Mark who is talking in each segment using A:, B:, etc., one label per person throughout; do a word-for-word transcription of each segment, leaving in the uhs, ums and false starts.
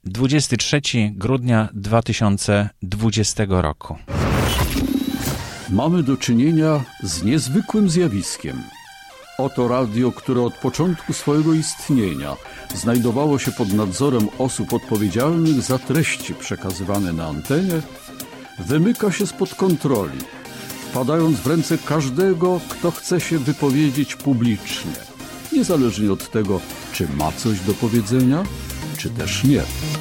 A: dwudziestego trzeciego grudnia dwa tysiące dwudziestego roku.
B: Mamy do czynienia z niezwykłym zjawiskiem. Oto radio, które od początku swojego istnienia znajdowało się pod nadzorem osób odpowiedzialnych za treści przekazywane na antenie, wymyka się spod kontroli, wpadając w ręce każdego, kto chce się wypowiedzieć publicznie, niezależnie od tego, czy ma coś do powiedzenia, czy też nie.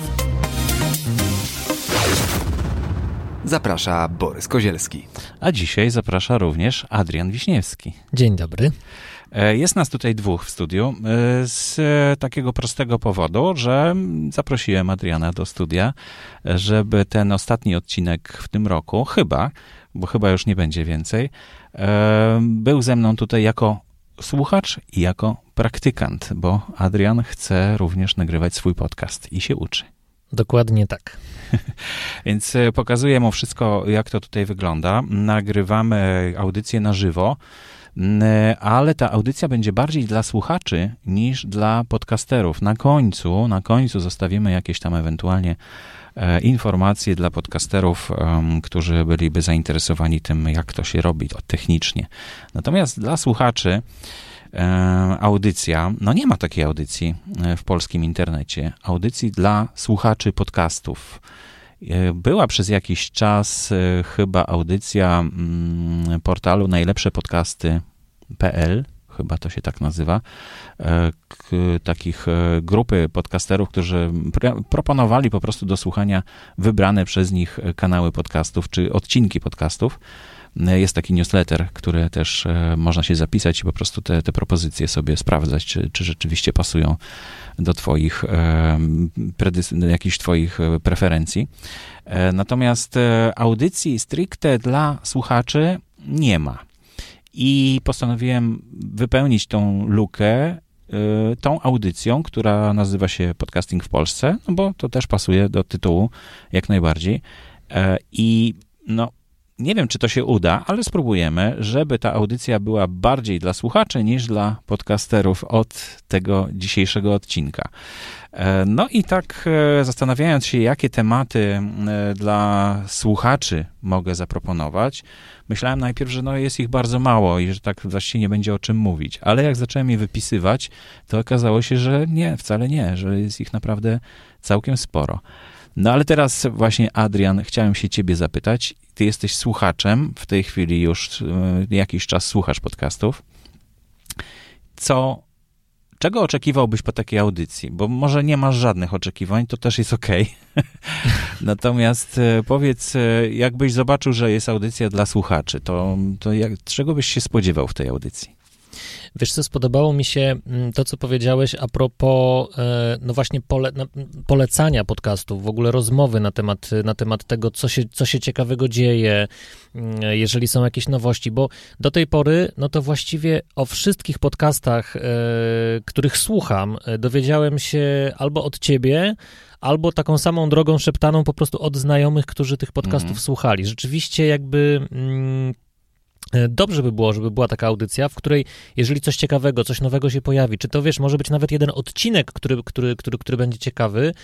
C: Zaprasza Borys Kozielski.
A: A dzisiaj zaprasza również Adrian Wiśniewski.
D: Dzień dobry.
A: Jest nas tutaj dwóch w studiu z takiego prostego powodu, że zaprosiłem Adriana do studia, żeby ten ostatni odcinek w tym roku, chyba, bo chyba już nie będzie więcej, był ze mną tutaj jako słuchacz i jako praktykant, bo Adrian chce również nagrywać swój podcast i się uczy.
D: Dokładnie tak.
A: Więc pokazuję mu wszystko, jak to tutaj wygląda. Nagrywamy audycję na żywo, ale ta audycja będzie bardziej dla słuchaczy niż dla podcasterów. Na końcu, na końcu zostawimy jakieś tam ewentualnie e, informacje dla podcasterów, um, którzy byliby zainteresowani tym, jak to się robi to technicznie. Natomiast dla słuchaczy e, audycja, no nie ma takiej audycji w polskim internecie, audycji dla słuchaczy podcastów. Była przez jakiś czas chyba audycja portalu najlepsze podcasty kropka pe el, chyba to się tak nazywa, takich grupy podcasterów, którzy proponowali po prostu do słuchania wybrane przez nich kanały podcastów, czy odcinki podcastów. Jest taki newsletter, który też można się zapisać i po prostu te, te propozycje sobie sprawdzać, czy, czy rzeczywiście pasują do twoich, predys- jakichś twoich preferencji. Natomiast audycji stricte dla słuchaczy nie ma. I postanowiłem wypełnić tą lukę tą audycją, która nazywa się Podcasting w Polsce, no bo to też pasuje do tytułu jak najbardziej. I no, nie wiem, czy to się uda, ale spróbujemy, żeby ta audycja była bardziej dla słuchaczy niż dla podcasterów od tego dzisiejszego odcinka. No i tak zastanawiając się, jakie tematy dla słuchaczy mogę zaproponować, myślałem najpierw, że no jest ich bardzo mało i że tak właściwie nie będzie o czym mówić. Ale jak zacząłem je wypisywać, to okazało się, że nie, wcale nie, że jest ich naprawdę całkiem sporo. No ale teraz właśnie, Adrian, chciałem się ciebie zapytać. Ty jesteś słuchaczem, w tej chwili już y, jakiś czas słuchasz podcastów. Co, czego oczekiwałbyś po takiej audycji? Bo może nie masz żadnych oczekiwań, to też jest okej. Natomiast y, powiedz, y, jakbyś zobaczył, że jest audycja dla słuchaczy, to, to jak, czego byś się spodziewał w tej audycji?
D: Wiesz co, spodobało mi się to, co powiedziałeś a propos, no właśnie pole, polecania podcastów, w ogóle rozmowy na temat, na temat tego, co się, co się ciekawego dzieje, jeżeli są jakieś nowości, bo do tej pory, no to właściwie o wszystkich podcastach, których słucham, dowiedziałem się albo od ciebie, albo taką samą drogą szeptaną po prostu od znajomych, którzy tych podcastów mm. słuchali. Rzeczywiście jakby... Mm, dobrze by było, żeby była taka audycja, w której jeżeli coś ciekawego, coś nowego się pojawi, czy to wiesz, może być nawet jeden odcinek, który, który, który, który będzie ciekawy,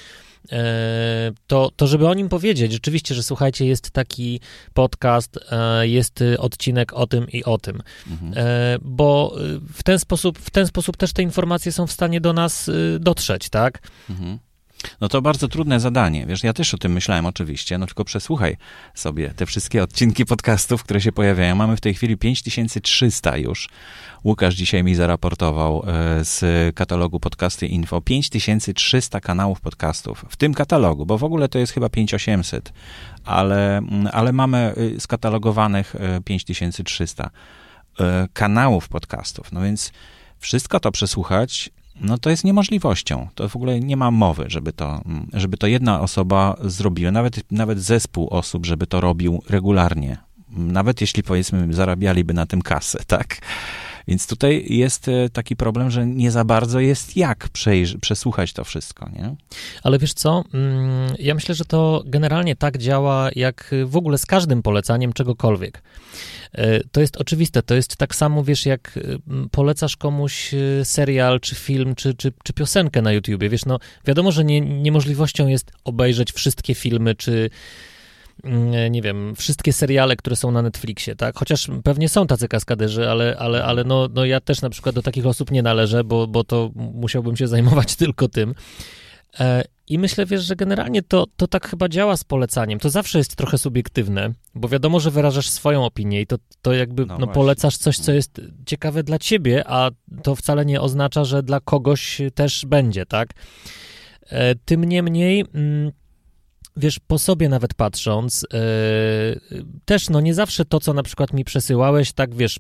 D: to, to żeby o nim powiedzieć. Rzeczywiście, że słuchajcie, jest taki podcast, jest odcinek o tym i o tym. Mhm. Bo w ten sposób, w ten sposób też te informacje są w stanie do nas dotrzeć, tak? Mhm.
A: No to bardzo trudne zadanie, wiesz, ja też o tym myślałem oczywiście, no tylko przesłuchaj sobie te wszystkie odcinki podcastów, które się pojawiają. Mamy w tej chwili pięć tysięcy trzysta już. Łukasz dzisiaj mi zaraportował z katalogu Podcasty Info. pięć tysięcy trzysta kanałów podcastów w tym katalogu, bo w ogóle to jest chyba pięć tysięcy osiemset, ale, ale mamy skatalogowanych pięć tysięcy trzysta kanałów podcastów, no więc wszystko to przesłuchać, no to jest niemożliwością. To w ogóle nie ma mowy, żeby to, żeby to jedna osoba zrobiła, nawet, nawet zespół osób, żeby to robił regularnie. Nawet jeśli, powiedzmy, zarabialiby na tym kasę, tak? Więc tutaj jest taki problem, że nie za bardzo jest jak przejrzy, przesłuchać to wszystko, nie?
D: Ale wiesz co, ja myślę, że to generalnie tak działa, jak w ogóle z każdym polecaniem czegokolwiek. To jest oczywiste, to jest tak samo, wiesz, jak polecasz komuś serial, czy film, czy, czy, czy piosenkę na YouTubie, wiesz, no wiadomo, że nie, niemożliwością jest obejrzeć wszystkie filmy, czy nie wiem, wszystkie seriale, które są na Netflixie, tak? Chociaż pewnie są tacy kaskaderzy, ale, ale, ale no, no ja też na przykład do takich osób nie należę, bo, bo to musiałbym się zajmować tylko tym. I myślę, wiesz, że generalnie to, to tak chyba działa z polecaniem. To zawsze jest trochę subiektywne, bo wiadomo, że wyrażasz swoją opinię i to, to jakby no, no polecasz coś, co jest ciekawe dla ciebie, a to wcale nie oznacza, że dla kogoś też będzie, tak? Tym niemniej... Wiesz, po sobie nawet patrząc, yy, też no nie zawsze to, co na przykład mi przesyłałeś, tak wiesz,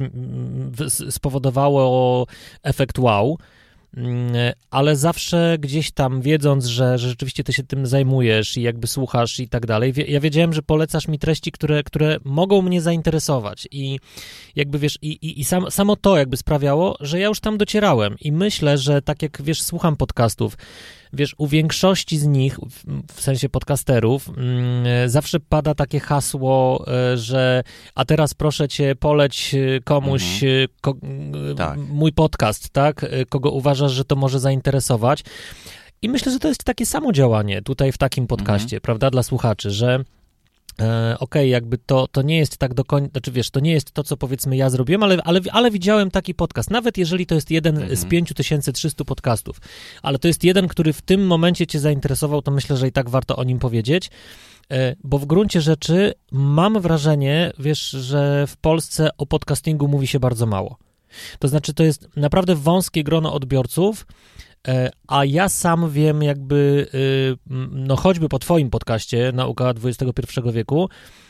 D: spowodowało efekt wow, yy, ale zawsze gdzieś tam wiedząc, że, że rzeczywiście ty się tym zajmujesz i jakby słuchasz i tak dalej, wie, ja wiedziałem, że polecasz mi treści, które, które mogą mnie zainteresować i jakby wiesz, i, i, i sam, samo to jakby sprawiało, że ja już tam docierałem i myślę, że tak jak wiesz, słucham podcastów, wiesz, u większości z nich, w sensie podcasterów, zawsze pada takie hasło, że a teraz proszę cię, poleć komuś mhm. ko, tak. mój podcast, tak? Kogo uważasz, że to może zainteresować. I myślę, że to jest takie samo działanie tutaj w takim podcaście, mhm. prawda, dla słuchaczy, że okej, okay, jakby to, to nie jest tak do końca, znaczy wiesz, to nie jest to, co powiedzmy ja zrobiłem, ale, ale, ale widziałem taki podcast, nawet jeżeli to jest jeden mhm. z pięć tysięcy trzysta podcastów, ale to jest jeden, który w tym momencie cię zainteresował, to myślę, że i tak warto o nim powiedzieć, bo w gruncie rzeczy mam wrażenie, wiesz, że w Polsce o podcastingu mówi się bardzo mało. To znaczy, to jest naprawdę wąskie grono odbiorców, a ja sam wiem jakby, no choćby po twoim podcaście Nauka dwudziestego pierwszego wieku,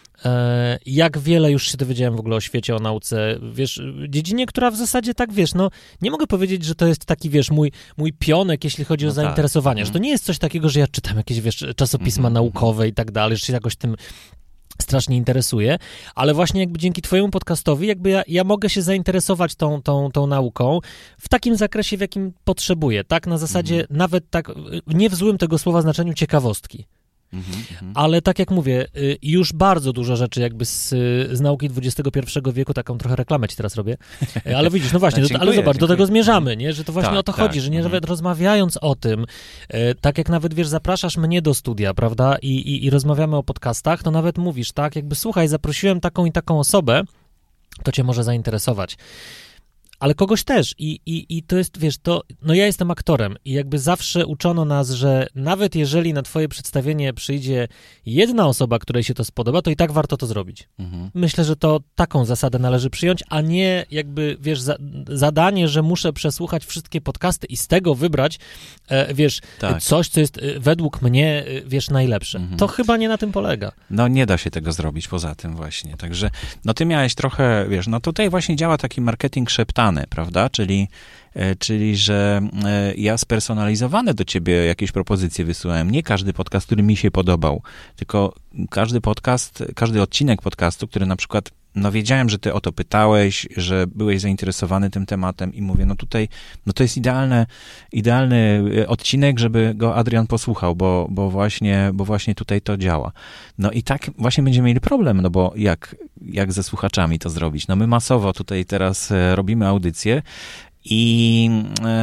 D: jak wiele już się dowiedziałem w ogóle o świecie, o nauce, wiesz, dziedzinie, która w zasadzie tak, wiesz, no nie mogę powiedzieć, że to jest taki, wiesz, mój, mój pionek, jeśli chodzi no o zainteresowanie, tak. że to nie jest coś takiego, że ja czytam jakieś, wiesz, czasopisma mm-hmm. naukowe i tak dalej, że się jakoś tym strasznie interesuje, ale właśnie jakby dzięki twojemu podcastowi jakby ja, ja mogę się zainteresować tą, tą, tą nauką w takim zakresie, w jakim potrzebuję, tak? Na zasadzie mm. nawet tak, nie w złym tego słowa znaczeniu ciekawostki. Mm-hmm. Ale tak jak mówię, już bardzo dużo rzeczy jakby z, z nauki dwudziestego pierwszego wieku, taką trochę reklamę ci teraz robię, ale widzisz, no właśnie, no, dziękuję, ale zobacz, dziękuję. Do tego zmierzamy, nie? Że to właśnie tak, o to tak. chodzi, że nie nawet mm-hmm. rozmawiając o tym, tak jak nawet, wiesz, zapraszasz mnie do studia, prawda, I, i, i rozmawiamy o podcastach, to nawet mówisz, tak, jakby słuchaj, zaprosiłem taką i taką osobę, to cię może zainteresować. Ale kogoś też I, i, i to jest, wiesz, to, no ja jestem aktorem i jakby zawsze uczono nas, że nawet jeżeli na twoje przedstawienie przyjdzie jedna osoba, której się to spodoba, to i tak warto to zrobić. Mhm. Myślę, że to taką zasadę należy przyjąć, a nie jakby, wiesz, za, zadanie, że muszę przesłuchać wszystkie podcasty i z tego wybrać, e, wiesz, tak. coś, co jest e, według mnie, e, wiesz, najlepsze. Mhm. To chyba nie na tym polega.
A: No nie da się tego zrobić poza tym właśnie, także, no ty miałeś trochę, wiesz, no tutaj właśnie działa taki marketing szeptany, prawda, czyli, czyli że ja spersonalizowane do ciebie jakieś propozycje wysyłałem. Nie każdy podcast, który mi się podobał, tylko każdy podcast, każdy odcinek podcastu, który na przykład, no wiedziałem, że ty o to pytałeś, że byłeś zainteresowany tym tematem i mówię, no tutaj, no to jest idealne, idealny odcinek, żeby go Adrian posłuchał, bo, bo właśnie, bo właśnie tutaj to działa. No i tak właśnie będziemy mieli problem, no bo jak, jak ze słuchaczami to zrobić? No my masowo tutaj teraz robimy audycję I,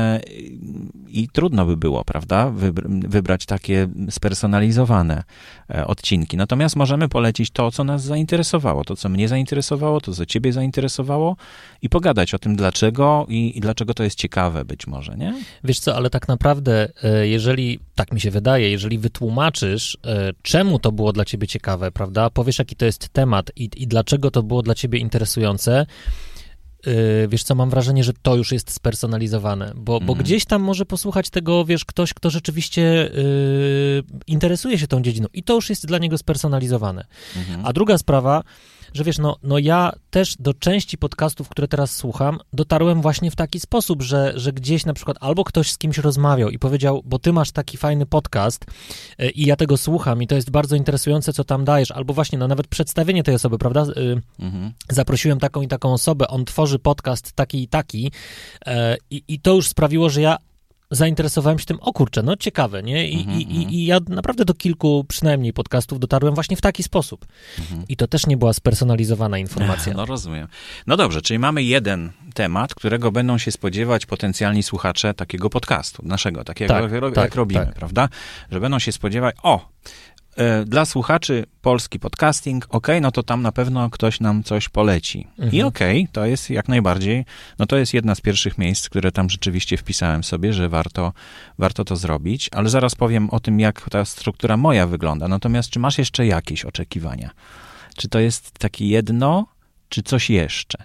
A: i trudno by było, prawda, wybrać takie spersonalizowane odcinki. Natomiast możemy polecić to, co nas zainteresowało, to, co mnie zainteresowało, to, co ciebie zainteresowało i pogadać o tym, dlaczego i, i dlaczego to jest ciekawe być może, nie?
D: Wiesz co, ale tak naprawdę, jeżeli, tak mi się wydaje, jeżeli wytłumaczysz, czemu to było dla ciebie ciekawe, prawda, powiesz, jaki to jest temat i, i dlaczego to było dla ciebie interesujące, wiesz co, mam wrażenie, że to już jest spersonalizowane, bo, mm. bo gdzieś tam może posłuchać tego, wiesz, ktoś, kto rzeczywiście yy, interesuje się tą dziedziną i to już jest dla niego spersonalizowane. Mm-hmm. A druga sprawa, że wiesz, no, no ja też do części podcastów, które teraz słucham, dotarłem właśnie w taki sposób, że, że gdzieś na przykład albo ktoś z kimś rozmawiał i powiedział, bo ty masz taki fajny podcast yy, i ja tego słucham i to jest bardzo interesujące, co tam dajesz, albo właśnie, no nawet przedstawienie tej osoby, prawda? Yy, mm-hmm. Zaprosiłem taką i taką osobę, on tworzy podcast taki i taki yy, i to już sprawiło, że ja zainteresowałem się tym, o kurczę, no ciekawe, nie? I,
A: Mhm,
D: i, i, i ja naprawdę do kilku przynajmniej podcastów dotarłem właśnie w taki sposób.
A: Mhm.
D: I to też nie była spersonalizowana informacja.
A: No rozumiem. No dobrze, czyli mamy jeden temat, którego będą się spodziewać potencjalni słuchacze takiego podcastu, naszego, takiego
D: Tak,
A: jak,
D: tak,
A: jak robimy,
D: tak.
A: prawda? Że będą się spodziewać, o, e, dla słuchaczy polski podcasting, okej, no to tam na pewno ktoś nam coś poleci.
D: Mhm.
A: I okej, to jest jak najbardziej, no to jest jedna z pierwszych miejsc, które tam rzeczywiście wpisałem sobie, że warto, warto to zrobić, ale zaraz powiem o tym, jak ta struktura moja wygląda. Natomiast czy masz jeszcze jakieś oczekiwania? Czy to jest takie jedno, czy coś jeszcze?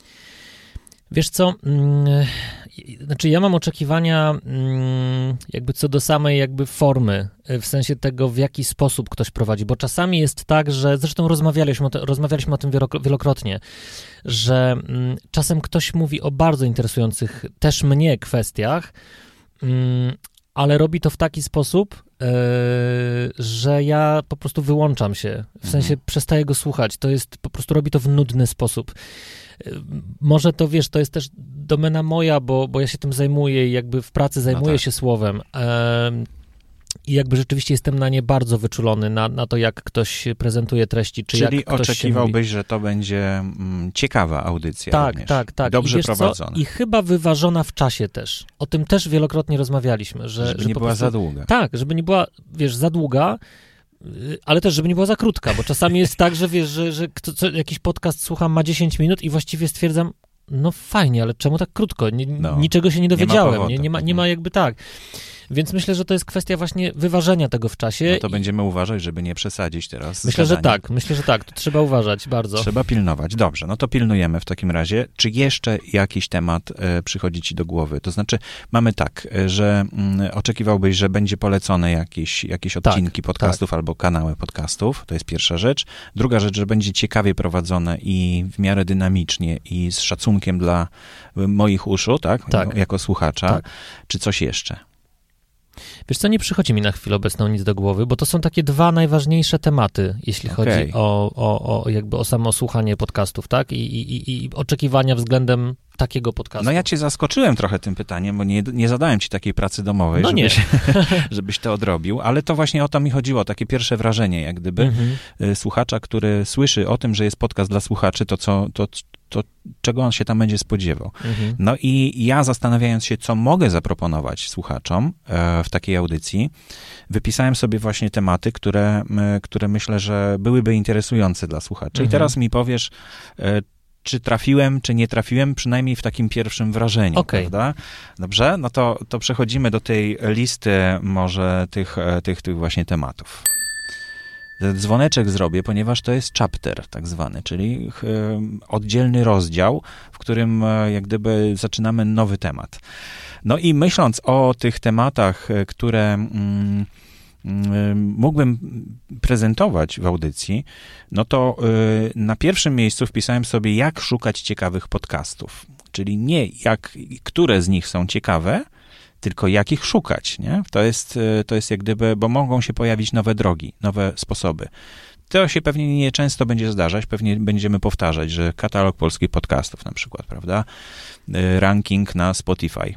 D: Wiesz co, mm, znaczy ja mam oczekiwania mm, jakby co do samej jakby formy, w sensie tego, w jaki sposób ktoś prowadzi, bo czasami jest tak, że, zresztą rozmawialiśmy o, te, rozmawialiśmy o tym wielokrotnie, że mm, czasem ktoś mówi o bardzo interesujących też mnie kwestiach, mm, ale robi to w taki sposób, yy, że ja po prostu wyłączam się, w sensie
A: Mhm.
D: przestaję go słuchać, to jest, po prostu robi to w nudny sposób. Może to, wiesz, to jest też domena moja, bo, bo ja się tym zajmuję i jakby w pracy zajmuję
A: tak.
D: się słowem. Em, I jakby rzeczywiście jestem na nie bardzo wyczulony, na, na to, jak ktoś prezentuje treści, czy
A: Czyli
D: jak ktoś się mówi.
A: oczekiwałbyś, że to będzie mm, ciekawa audycja
D: Tak,
A: również.
D: tak, tak.
A: Dobrze
D: I wiesz
A: prowadzona.
D: Co? I chyba wyważona w czasie też. O tym też wielokrotnie rozmawialiśmy, że...
A: Żeby
D: że
A: nie
D: po
A: była
D: prostu,
A: za długa.
D: Tak, żeby nie była, wiesz, za długa, y, ale też, żeby nie była za krótka, bo czasami jest tak, że wiesz, że, że kto, co, jakiś podcast słucham, ma dziesięć minut i właściwie stwierdzam, no fajnie, ale czemu tak krótko? Nie,
A: No,
D: niczego się nie
A: nie ma
D: dowiedziałem, nie,
A: powodu.
D: nie, ma, nie ma jakby tak. Więc myślę, że to jest kwestia właśnie wyważenia tego w czasie.
A: No to będziemy uważać, żeby nie przesadzić teraz. z
D: Myślę, że
A: gadaniem.
D: tak, myślę, że tak, to trzeba uważać bardzo.
A: Trzeba pilnować. Dobrze, no to pilnujemy w takim razie. Czy jeszcze jakiś temat e, przychodzi ci do głowy? To znaczy, mamy tak, e, że mm, oczekiwałbyś, że będzie polecone jakieś, jakieś odcinki podcastów albo kanały podcastów. To jest pierwsza rzecz. Druga rzecz, że będzie ciekawie prowadzone i w miarę dynamicznie i z szacunkiem dla moich uszu, tak?
D: Tak.
A: Jako słuchacza.
D: Tak.
A: Czy coś jeszcze?
D: Wiesz co, nie przychodzi mi na chwilę obecną nic do głowy, bo to są takie dwa najważniejsze tematy, jeśli
A: Okej.
D: chodzi o, o, o jakby o samo słuchanie podcastów, tak? I, i, i oczekiwania względem takiego podcastu.
A: No ja cię zaskoczyłem trochę tym pytaniem, bo nie, nie zadałem ci takiej pracy domowej,
D: No
A: żebyś,
D: nie.
A: żebyś to odrobił, ale to właśnie o to mi chodziło, takie pierwsze wrażenie, jak gdyby
D: Mhm.
A: y, słuchacza, który słyszy o tym, że jest podcast dla słuchaczy, to co, to, to czego on się tam będzie spodziewał.
D: Mhm.
A: No i ja zastanawiając się, co mogę zaproponować słuchaczom e, w takiej audycji, wypisałem sobie właśnie tematy, które, m, które myślę, że byłyby interesujące dla słuchaczy.
D: Mhm.
A: I teraz mi powiesz, e, czy trafiłem, czy nie trafiłem, przynajmniej w takim pierwszym wrażeniu,
D: Okej.
A: prawda? Dobrze? No to, to przechodzimy do tej listy może tych, e, tych, tych właśnie tematów. Dzwoneczek zrobię, ponieważ to jest chapter tak zwany, czyli e, oddzielny rozdział, w którym e, jak gdyby zaczynamy nowy temat. No i myśląc o tych tematach, e, które mm, mm, mógłbym prezentować w audycji, no to y, na pierwszym miejscu wpisałem sobie, jak szukać ciekawych podcastów. Czyli nie jak, które z nich są ciekawe, tylko jak ich szukać, nie? To jest, y, to jest jak gdyby, bo mogą się pojawić nowe drogi, nowe sposoby. To się pewnie nieczęsto będzie zdarzać, pewnie będziemy powtarzać, że katalog polskich podcastów na przykład, prawda? Y, ranking na Spotify.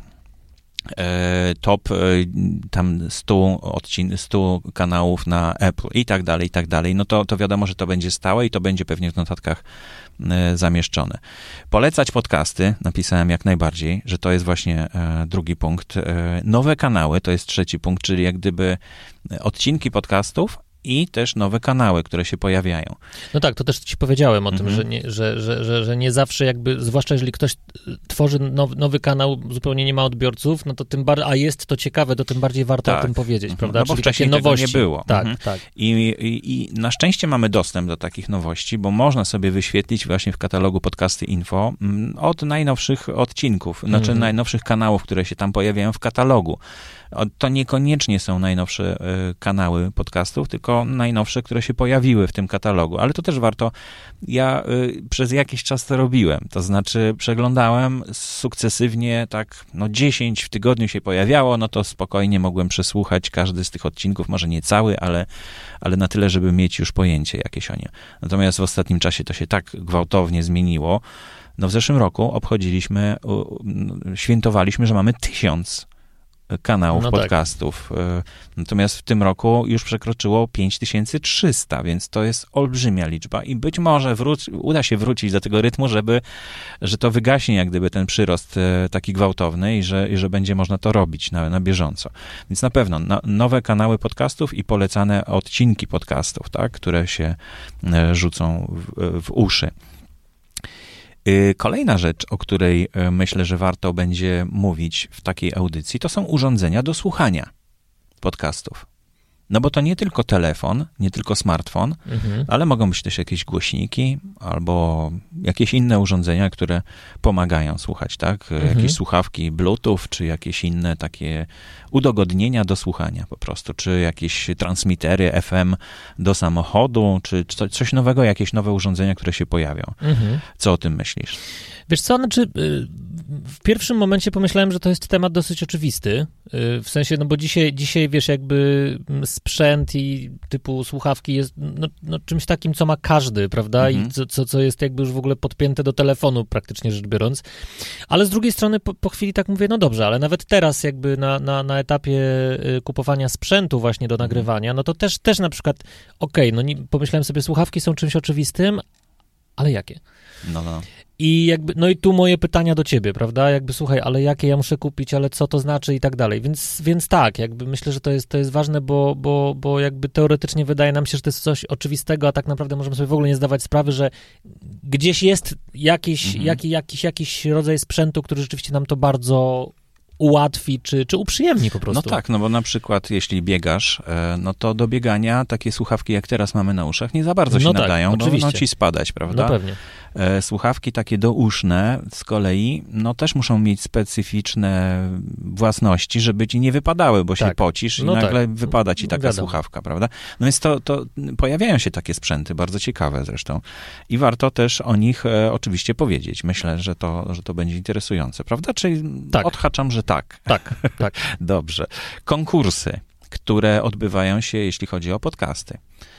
A: Top tam stu odcin- stu kanałów na Apple i tak dalej, i tak dalej, no to, to wiadomo, że to będzie stałe i to będzie pewnie w notatkach e, zamieszczone. Polecać podcasty, napisałem jak najbardziej, że to jest właśnie e, drugi punkt. E, nowe kanały, to jest trzeci punkt, czyli jak gdyby odcinki podcastów i też nowe kanały, które się pojawiają.
D: No tak, to też ci powiedziałem o
A: Mhm.
D: tym, że nie, że, że, że, że nie zawsze jakby, zwłaszcza jeżeli ktoś tworzy nowy, nowy kanał, zupełnie nie ma odbiorców, no to tym bardziej, a jest to ciekawe, to tym bardziej warto
A: Tak.
D: o tym powiedzieć,
A: Mhm.
D: prawda?
A: No bo
D: Czyli
A: wcześniej
D: takie
A: tego
D: nowości.
A: nie było.
D: Tak,
A: Mhm.
D: tak.
A: I, i, I na szczęście mamy dostęp do takich nowości, bo można sobie wyświetlić właśnie w katalogu Podcasty Info mm, od najnowszych odcinków, znaczy
D: Mhm.
A: najnowszych kanałów, które się tam pojawiają w katalogu. O, To niekoniecznie są najnowsze y, kanały podcastów, tylko najnowsze, które się pojawiły w tym katalogu, ale to też warto. Ja y, przez jakiś czas to robiłem, to znaczy przeglądałem sukcesywnie, tak, no dziesięć w tygodniu się pojawiało, no to spokojnie mogłem przesłuchać każdy z tych odcinków, może nie cały, ale, ale na tyle, żeby mieć już pojęcie jakieś o nie. Natomiast w ostatnim czasie to się tak gwałtownie zmieniło. No w zeszłym roku obchodziliśmy, u, świętowaliśmy, że mamy tysiąc kanałów
D: no
A: podcastów. Tak. Natomiast w tym roku już przekroczyło pięć tysięcy trzysta, więc to jest olbrzymia liczba i być może wróci, uda się wrócić do tego rytmu, żeby, że to wygaśnie jak gdyby ten przyrost taki gwałtowny i że, i że będzie można to robić na, na bieżąco. Więc na pewno no, nowe kanały podcastów i polecane odcinki podcastów, tak, które się rzucą w, w uszy. Kolejna rzecz, o której myślę, że warto będzie mówić w takiej audycji, to są urządzenia do słuchania podcastów. No bo to nie tylko telefon, nie tylko smartfon, mhm. ale mogą być też jakieś głośniki albo jakieś inne urządzenia, które pomagają słuchać, tak? Mhm. Jakieś słuchawki Bluetooth, czy jakieś inne takie udogodnienia do słuchania po prostu, czy jakieś transmitery F M do samochodu, czy coś nowego, jakieś nowe urządzenia, które się pojawią. Mhm. Co o tym myślisz?
D: Wiesz co, znaczy w pierwszym momencie pomyślałem, że to jest temat dosyć oczywisty, w sensie, no bo dzisiaj, dzisiaj wiesz, jakby sprzęt i typu słuchawki jest no, no czymś takim, co ma każdy, prawda, mhm. i co, co, co jest jakby już w ogóle podpięte do telefonu praktycznie rzecz biorąc, ale z drugiej strony po, po chwili tak mówię, no dobrze, ale nawet teraz jakby na, na, na etapie kupowania sprzętu właśnie do nagrywania, no to też, też na przykład, okej, okay, no nie, pomyślałem sobie, słuchawki są czymś oczywistym, ale jakie?
A: No, no.
D: I jakby, no i tu moje pytania do ciebie, prawda? Jakby, słuchaj, ale jakie ja muszę kupić, ale co to znaczy i tak dalej. Więc, więc tak, jakby myślę, że to jest, to jest ważne, bo, bo, bo jakby teoretycznie wydaje nam się, że to jest coś oczywistego, a tak naprawdę możemy sobie w ogóle nie zdawać sprawy, że gdzieś jest jakiś, mhm. jaki, jakiś, jakiś rodzaj sprzętu, który rzeczywiście nam to bardzo ułatwi, czy, czy uprzyjemni po prostu.
A: No tak, no bo na przykład jeśli biegasz, no to do biegania takie słuchawki, jak teraz mamy na uszach, nie za bardzo się
D: no tak,
A: nadają,
D: oczywiście.
A: bo będą ci spadać, prawda?
D: No pewnie.
A: Słuchawki takie douszne z kolei, no też muszą mieć specyficzne własności, żeby ci nie wypadały, bo tak. się pocisz i no nagle tak. wypada ci taka Wiadomo. słuchawka, prawda? No więc to, to pojawiają się takie sprzęty, bardzo ciekawe zresztą. I warto też o nich e, oczywiście powiedzieć. Myślę, że to, że to będzie interesujące, prawda? Czyli tak. odhaczam, że tak.
D: Tak, tak.
A: Dobrze. Konkursy, które odbywają się, jeśli chodzi o podcasty.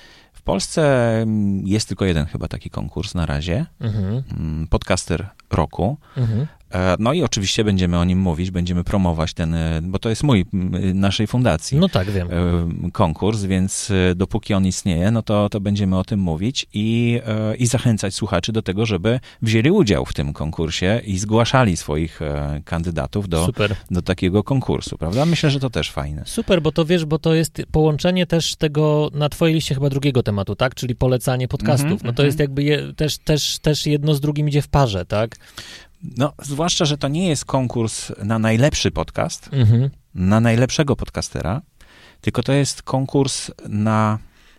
A: W Polsce jest tylko jeden chyba taki konkurs na razie. Mhm. Podcaster roku. Mhm. No i oczywiście będziemy o nim mówić, będziemy promować ten, bo to jest mój, naszej fundacji.
D: No tak, wiem.
A: Konkurs, więc dopóki on istnieje, no to, to będziemy o tym mówić i, i zachęcać słuchaczy do tego, żeby wzięli udział w tym konkursie i zgłaszali swoich kandydatów do, do takiego konkursu, prawda? Myślę, że to też fajne.
D: Super, bo to wiesz, bo to jest połączenie też tego, na twojej liście chyba drugiego tematu, tak? Czyli polecanie podcastów. Mm-hmm, no to mm-hmm. jest jakby je, też, też, też jedno z drugim idzie w parze, tak?
A: No, zwłaszcza, że to nie jest konkurs na najlepszy podcast, mhm. na najlepszego podcastera, tylko to jest konkurs na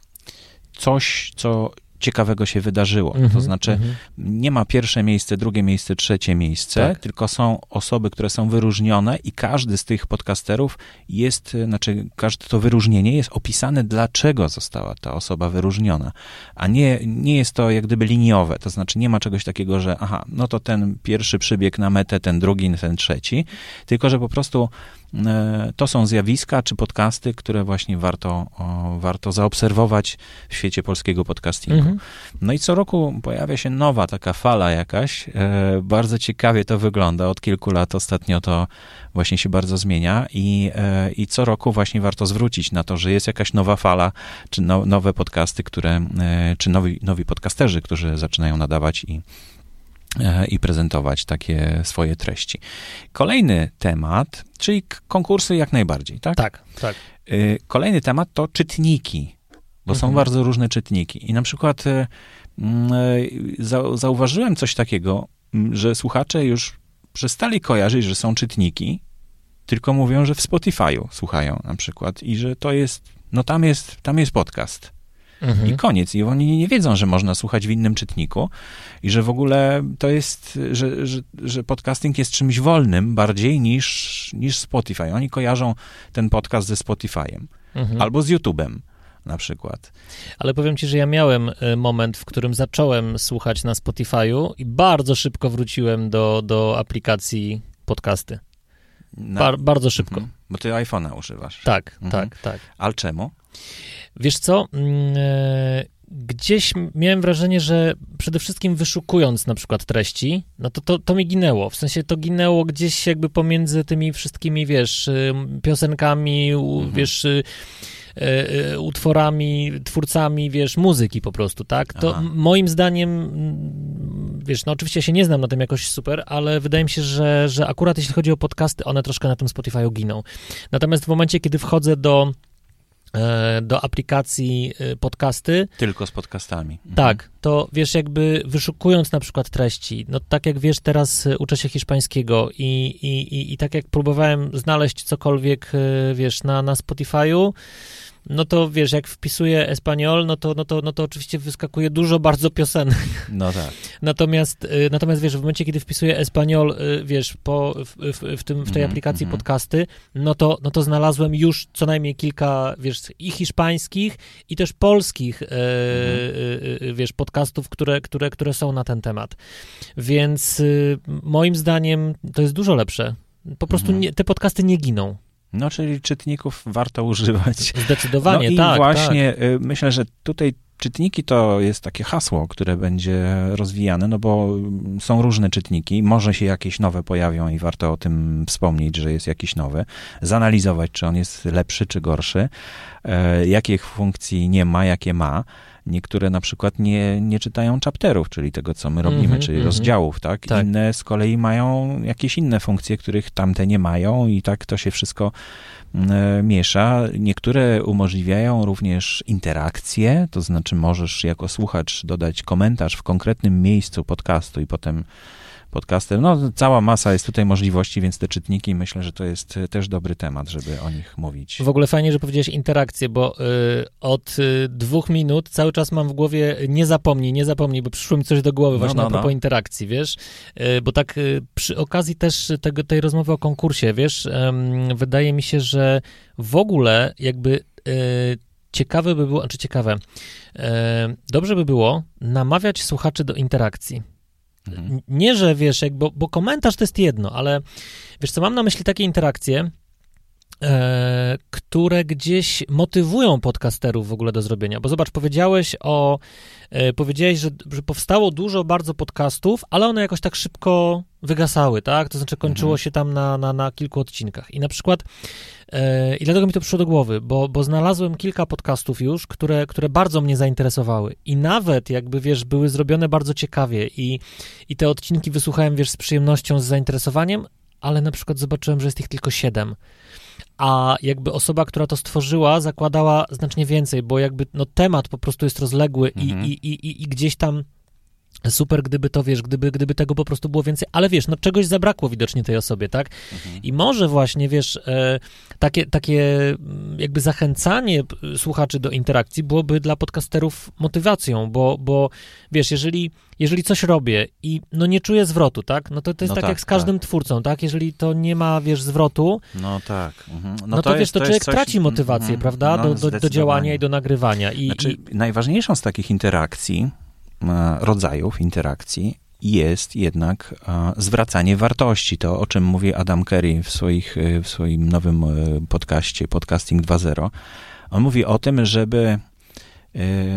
A: coś, co ciekawego się wydarzyło. Mhm, to znaczy mhm. nie ma pierwsze miejsce, drugie miejsce, trzecie miejsce, tak. tylko są osoby, które są wyróżnione i każdy z tych podcasterów jest, znaczy każde to wyróżnienie jest opisane, dlaczego została ta osoba wyróżniona. A nie, nie jest to jak gdyby liniowe, to znaczy nie ma czegoś takiego, że aha, no to ten pierwszy przybiegł na metę, ten drugi, ten trzeci, tylko że po prostu to są zjawiska czy podcasty, które właśnie warto, o, warto zaobserwować w świecie polskiego podcastingu. Mhm. No i co roku pojawia się nowa taka fala jakaś. E, bardzo ciekawie to wygląda. Od kilku lat ostatnio to właśnie się bardzo zmienia i, e, i co roku właśnie warto zwrócić na to, że jest jakaś nowa fala, czy no, nowe podcasty, które, e, czy nowi, nowi podcasterzy, którzy zaczynają nadawać i i prezentować takie swoje treści. Kolejny temat, czyli konkursy jak najbardziej, tak?
D: Tak, tak.
A: Kolejny temat to czytniki, bo mhm. są bardzo różne czytniki. I na przykład zauważyłem coś takiego, że słuchacze już przestali kojarzyć, że są czytniki, tylko mówią, że w Spotify'u słuchają na przykład i że to jest, no tam jest, tam jest podcast. Mhm. I koniec. I oni nie wiedzą, że można słuchać w innym czytniku i że w ogóle to jest, że, że, że podcasting jest czymś wolnym bardziej niż, niż Spotify. Oni kojarzą ten podcast ze Spotify'em mhm. albo z YouTube'em na przykład.
D: Ale powiem ci, że ja miałem moment, w którym zacząłem słuchać na Spotify'u i bardzo szybko wróciłem do, do aplikacji podcasty. Na... Bar, bardzo szybko. Mhm.
A: Bo ty iPhone'a używasz.
D: Tak,
A: mhm.
D: tak, tak.
A: Ale czemu?
D: Wiesz co, gdzieś miałem wrażenie, że przede wszystkim wyszukując na przykład treści, no to, to to mi ginęło, w sensie to ginęło gdzieś jakby pomiędzy tymi wszystkimi, wiesz, piosenkami, mhm. wiesz, utworami, twórcami, wiesz, muzyki po prostu, tak? To Aha. moim zdaniem, wiesz, no oczywiście się nie znam na tym jakoś super, ale wydaje mi się, że, że akurat jeśli chodzi o podcasty, one troszkę na tym Spotify'u giną. Natomiast w momencie, kiedy wchodzę do do aplikacji podcasty.
A: Tylko z podcastami.
D: Tak, to wiesz, jakby wyszukując na przykład treści, no tak jak wiesz, teraz uczę się hiszpańskiego i, i, i, i tak jak próbowałem znaleźć cokolwiek, wiesz, na, na Spotify'u, no to wiesz, jak wpisuję espanol, no to, no to, no to oczywiście wyskakuje dużo bardzo piosenek.
A: No tak.
D: Natomiast, natomiast wiesz, w momencie, kiedy wpisuję espanol, wiesz, po, w, w, w, tym, w tej mm, aplikacji mm. podcasty, no to, no to znalazłem już co najmniej kilka, wiesz, i hiszpańskich, i też polskich, mm. e, wiesz, podcastów, które, które, które są na ten temat. Więc moim zdaniem to jest dużo lepsze. Po prostu mm. nie, te podcasty nie giną.
A: No, czyli czytników warto używać.
D: Zdecydowanie,
A: no i
D: tak.
A: I właśnie
D: tak.
A: myślę, że tutaj czytniki to jest takie hasło, które będzie rozwijane, no bo są różne czytniki, może się jakieś nowe pojawią i warto o tym wspomnieć, że jest jakiś nowy, zanalizować, czy on jest lepszy, czy gorszy, e, jakich funkcji nie ma, jakie ma. Niektóre na przykład nie, nie czytają chapterów, czyli tego, co my robimy, mm-hmm, czyli mm-hmm. rozdziałów, tak? tak? Inne z kolei mają jakieś inne funkcje, których tamte nie mają i tak to się wszystko e, miesza. Niektóre umożliwiają również interakcje, to znaczy możesz jako słuchacz dodać komentarz w konkretnym miejscu podcastu i potem podcaster. No, cała masa jest tutaj możliwości, więc te czytniki, myślę, że to jest też dobry temat, żeby o nich mówić.
D: W ogóle fajnie, że powiedziałeś interakcję, bo y, od y, dwóch minut cały czas mam w głowie nie zapomnij, nie zapomnij, bo przyszło mi coś do głowy no, właśnie no, a propos no. interakcji, wiesz, y, bo tak y, przy okazji też tego, tej rozmowy o konkursie, wiesz, y, wydaje mi się, że w ogóle jakby y, ciekawe by było, znaczy ciekawe, y, dobrze by było namawiać słuchaczy do interakcji. Mhm. Nie, że wiesz, jak, bo, bo komentarz to jest jedno, ale wiesz co, mam na myśli takie interakcje, e, które gdzieś motywują podcasterów w ogóle do zrobienia, bo zobacz, powiedziałeś o, e, powiedziałeś, że, że powstało dużo bardzo podcastów, ale one jakoś tak szybko wygasały, tak, to znaczy kończyło mhm. się tam na, na, na kilku odcinkach i na przykład e, i dlatego mi to przyszło do głowy, bo, bo znalazłem kilka podcastów już, które, które bardzo mnie zainteresowały i nawet jakby, wiesz, były zrobione bardzo ciekawie i, i te odcinki wysłuchałem, wiesz, z przyjemnością, z zainteresowaniem, ale na przykład zobaczyłem, że jest ich tylko siedem. A jakby osoba, która to stworzyła, zakładała znacznie więcej, bo jakby no temat po prostu jest rozległy mhm. i, i, i, i gdzieś tam super, gdyby to, wiesz, gdyby, gdyby tego po prostu było więcej, ale wiesz, no czegoś zabrakło widocznie tej osobie, tak? Mhm. I może właśnie, wiesz, e, takie, takie jakby zachęcanie słuchaczy do interakcji byłoby dla podcasterów motywacją, bo, bo wiesz, jeżeli, jeżeli coś robię i no nie czuję zwrotu, tak? No to, to jest no tak, tak jak z każdym tak. twórcą, tak? Jeżeli to nie ma, wiesz, zwrotu,
A: no tak. Mhm. No,
D: no to, to wiesz, to, to człowiek coś... traci motywację, mhm. prawda? No, do, do, do działania i do nagrywania. I,
A: znaczy,
D: i...
A: najważniejszą z takich interakcji rodzajów interakcji jest jednak a, zwracanie wartości. To, o czym mówi Adam Curry w, swoich, w swoim nowym podcaście, Podcasting dwa zero. On mówi o tym, żeby y,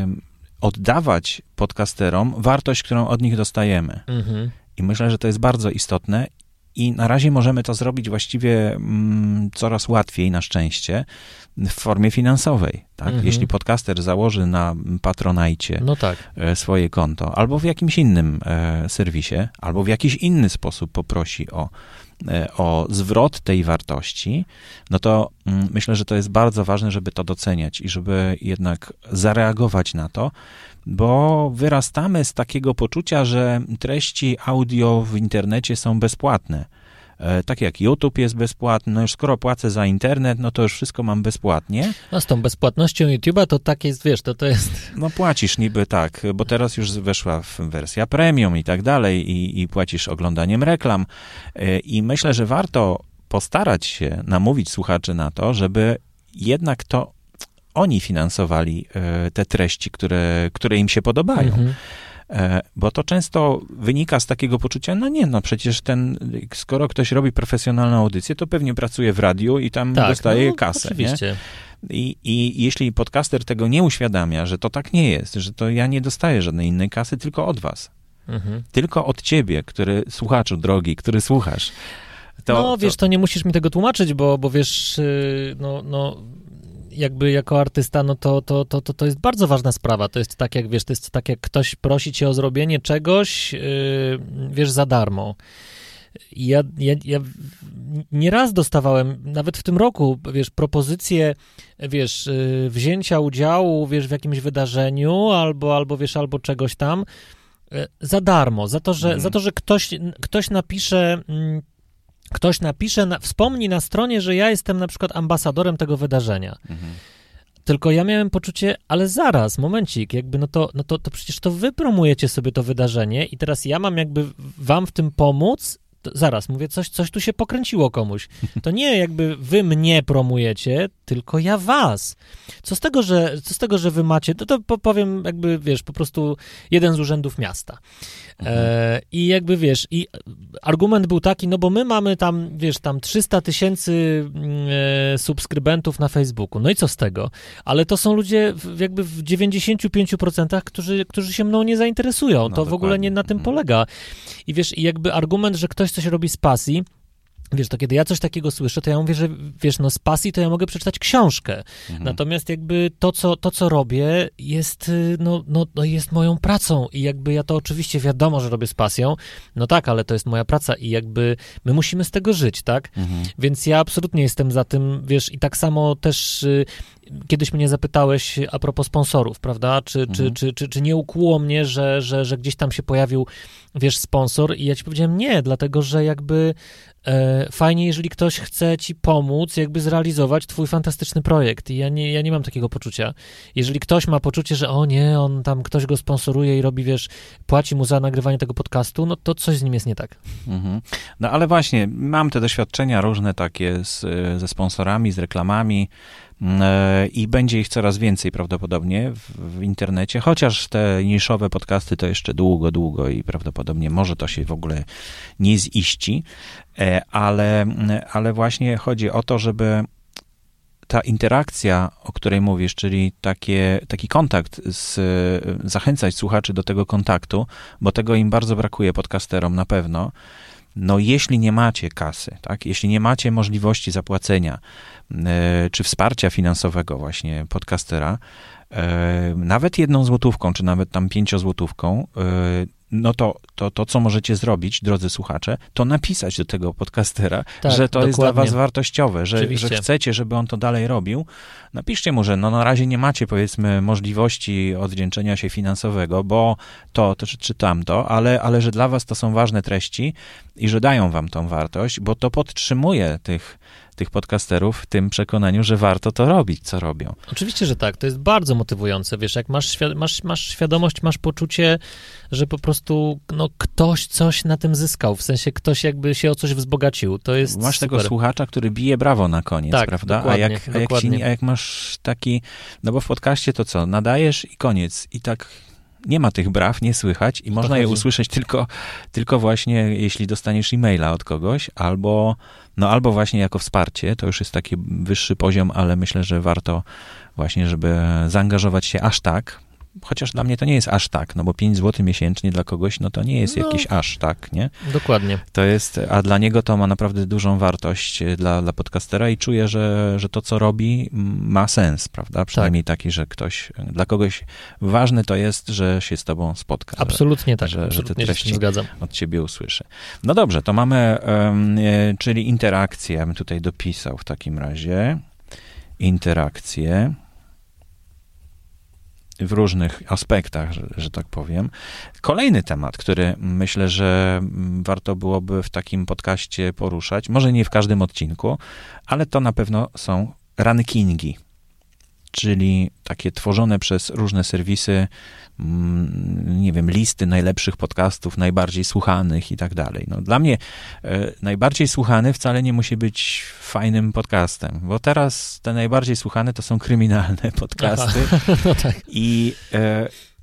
A: oddawać podcasterom wartość, którą od nich dostajemy. Mhm. I myślę, że to jest bardzo istotne i na razie możemy to zrobić właściwie mm, coraz łatwiej, na szczęście, w formie finansowej, tak? Mhm. Jeśli podcaster założy na Patronite
D: no tak.
A: swoje konto, albo w jakimś innym e, serwisie, albo w jakiś inny sposób poprosi o, e, o zwrot tej wartości, no to mm, myślę, że to jest bardzo ważne, żeby to doceniać i żeby jednak zareagować na to, bo wyrastamy z takiego poczucia, że treści audio w internecie są bezpłatne. Tak jak YouTube jest bezpłatny, no już skoro płacę za internet, no to już wszystko mam bezpłatnie.
D: No z tą bezpłatnością YouTube'a to tak jest, wiesz, to to jest...
A: No płacisz niby tak, bo teraz już weszła wersja premium i tak dalej i, i płacisz oglądaniem reklam i myślę, że warto postarać się namówić słuchaczy na to, żeby jednak to oni finansowali te treści, które, które im się podobają. Mhm. Bo to często wynika z takiego poczucia, no nie, no przecież ten, skoro ktoś robi profesjonalną audycję, to pewnie pracuje w radiu i tam tak, dostaje no, kasę.
D: Oczywiście.
A: Nie? I, I jeśli podcaster tego nie uświadamia, że to tak nie jest, że to ja nie dostaję żadnej innej kasy, tylko od was. Mhm. Tylko od ciebie, który, słuchaczu drogi, który słuchasz. To,
D: no wiesz,
A: to...
D: to nie musisz mi tego tłumaczyć, bo, bo wiesz, no, no jakby jako artysta, no to, to, to, to, to jest bardzo ważna sprawa. To jest tak jak, wiesz, to jest tak jak ktoś prosi cię o zrobienie czegoś, yy, wiesz, za darmo. Ja, ja, ja nieraz dostawałem, nawet w tym roku, wiesz, propozycje, wiesz, yy, wzięcia udziału, wiesz, w jakimś wydarzeniu, albo, albo wiesz, albo czegoś tam, yy, za darmo, za to, że, mm. za to, że ktoś, ktoś napisze... Yy, Ktoś napisze, na, wspomni na stronie, że ja jestem na przykład ambasadorem tego wydarzenia. Mhm. Tylko ja miałem poczucie, ale zaraz, momencik, jakby no to, no to, to przecież to wy promujecie sobie to wydarzenie i teraz ja mam jakby wam w tym pomóc. To, zaraz, mówię, coś, coś tu się pokręciło komuś. To nie jakby wy mnie promujecie, tylko ja was. Co z tego, że, co z tego, że wy macie, to, to powiem jakby, wiesz, po prostu jeden z urzędów miasta. Mhm. E, I jakby, wiesz, i argument był taki, no bo my mamy tam, wiesz, tam trzysta tysięcy e, subskrybentów na Facebooku. No i co z tego? Ale to są ludzie w, jakby w dziewięćdziesięciu pięciu procentach, którzy, którzy się mną nie zainteresują. No, to dokładnie. W ogóle nie na tym mhm. polega. I wiesz, i jakby argument, że ktoś coś robi z pasji, wiesz, to kiedy ja coś takiego słyszę, to ja mówię, że wiesz, no z pasji to ja mogę przeczytać książkę. Mhm. Natomiast jakby to co, to, co robię jest, no, no, no jest moją pracą i jakby ja to oczywiście wiadomo, że robię z pasją, no tak, ale to jest moja praca i jakby my musimy z tego żyć, tak? Mhm. Więc ja absolutnie jestem za tym, wiesz, i tak samo też y, kiedyś mnie zapytałeś a propos sponsorów, prawda? Czy, mhm. czy, czy, czy, czy nie ukłuło mnie, że, że, że gdzieś tam się pojawił, wiesz, sponsor i ja ci powiedziałem nie, dlatego, że jakby e, fajnie, jeżeli ktoś chce ci pomóc, jakby zrealizować twój fantastyczny projekt i ja nie, ja nie mam takiego poczucia. Jeżeli ktoś ma poczucie, że o nie, on tam, ktoś go sponsoruje i robi, wiesz, płaci mu za nagrywanie tego podcastu, no to coś z nim jest nie tak.
A: Mhm. No ale właśnie, mam te doświadczenia różne takie z, ze sponsorami, z reklamami, i będzie ich coraz więcej prawdopodobnie w, w internecie, chociaż te niszowe podcasty to jeszcze długo, długo i prawdopodobnie może to się w ogóle nie ziści, ale, ale właśnie chodzi o to, żeby ta interakcja, o której mówisz, czyli takie, taki kontakt, z, zachęcać słuchaczy do tego kontaktu, bo tego im bardzo brakuje podcasterom na pewno. No jeśli nie macie kasy, tak, jeśli nie macie możliwości zapłacenia e, czy wsparcia finansowego właśnie podcastera, e, nawet jedną złotówką, czy nawet tam pięciozłotówką, e, no to, to, to, co możecie zrobić, drodzy słuchacze, to napisać do tego podcastera, tak, że to dokładnie. Jest dla was wartościowe, że, że chcecie, żeby on to dalej robił. Napiszcie mu, że no na razie nie macie, powiedzmy, możliwości odwdzięczenia się finansowego, bo to, to czy, czy tamto, ale, ale że dla was to są ważne treści i że dają wam tą wartość, bo to podtrzymuje tych tych podcasterów w tym przekonaniu, że warto to robić, co robią.
D: Oczywiście, że tak. To jest bardzo motywujące. Wiesz, jak masz, świad- masz, masz świadomość, masz poczucie, że po prostu no, ktoś coś na tym zyskał. W sensie ktoś jakby się o coś wzbogacił. To jest
A: Masz
D: super.
A: Tego słuchacza, który bije brawo na koniec,
D: tak,
A: prawda?
D: Dokładnie,
A: a, jak, a, jak ci, a jak masz taki... No bo w podcaście to co? Nadajesz i koniec. I tak... Nie ma tych braw, nie słychać i można je usłyszeć tylko, tylko właśnie, jeśli dostaniesz e-maila od kogoś, albo, no albo właśnie jako wsparcie, to już jest taki wyższy poziom, ale myślę, że warto właśnie, żeby zaangażować się aż tak, chociaż dla mnie to nie jest aż tak, no bo pięć złotych miesięcznie dla kogoś, no to nie jest no, jakiś aż tak, nie?
D: Dokładnie.
A: To jest, a dla niego to ma naprawdę dużą wartość dla, dla podcastera i czuję, że, że to, co robi, ma sens, prawda? Przynajmniej tak. taki, że ktoś, dla kogoś ważne to jest, że się z tobą spotka.
D: Absolutnie
A: że,
D: tak,
A: że,
D: absolutnie
A: że te treści
D: zgadzam.
A: od ciebie usłyszy. No dobrze, to mamy, um, czyli interakcję, ja bym tutaj dopisał w takim razie, interakcję w różnych aspektach, że, że tak powiem. Kolejny temat, który myślę, że warto byłoby w takim podcaście poruszać, może nie w każdym odcinku, ale to na pewno są rankingi, czyli takie tworzone przez różne serwisy, nie wiem, listy najlepszych podcastów, najbardziej słuchanych i tak dalej. No, dla mnie e, najbardziej słuchany wcale nie musi być fajnym podcastem, bo teraz te najbardziej słuchane to są kryminalne podcasty.
D: No tak.
A: I, e,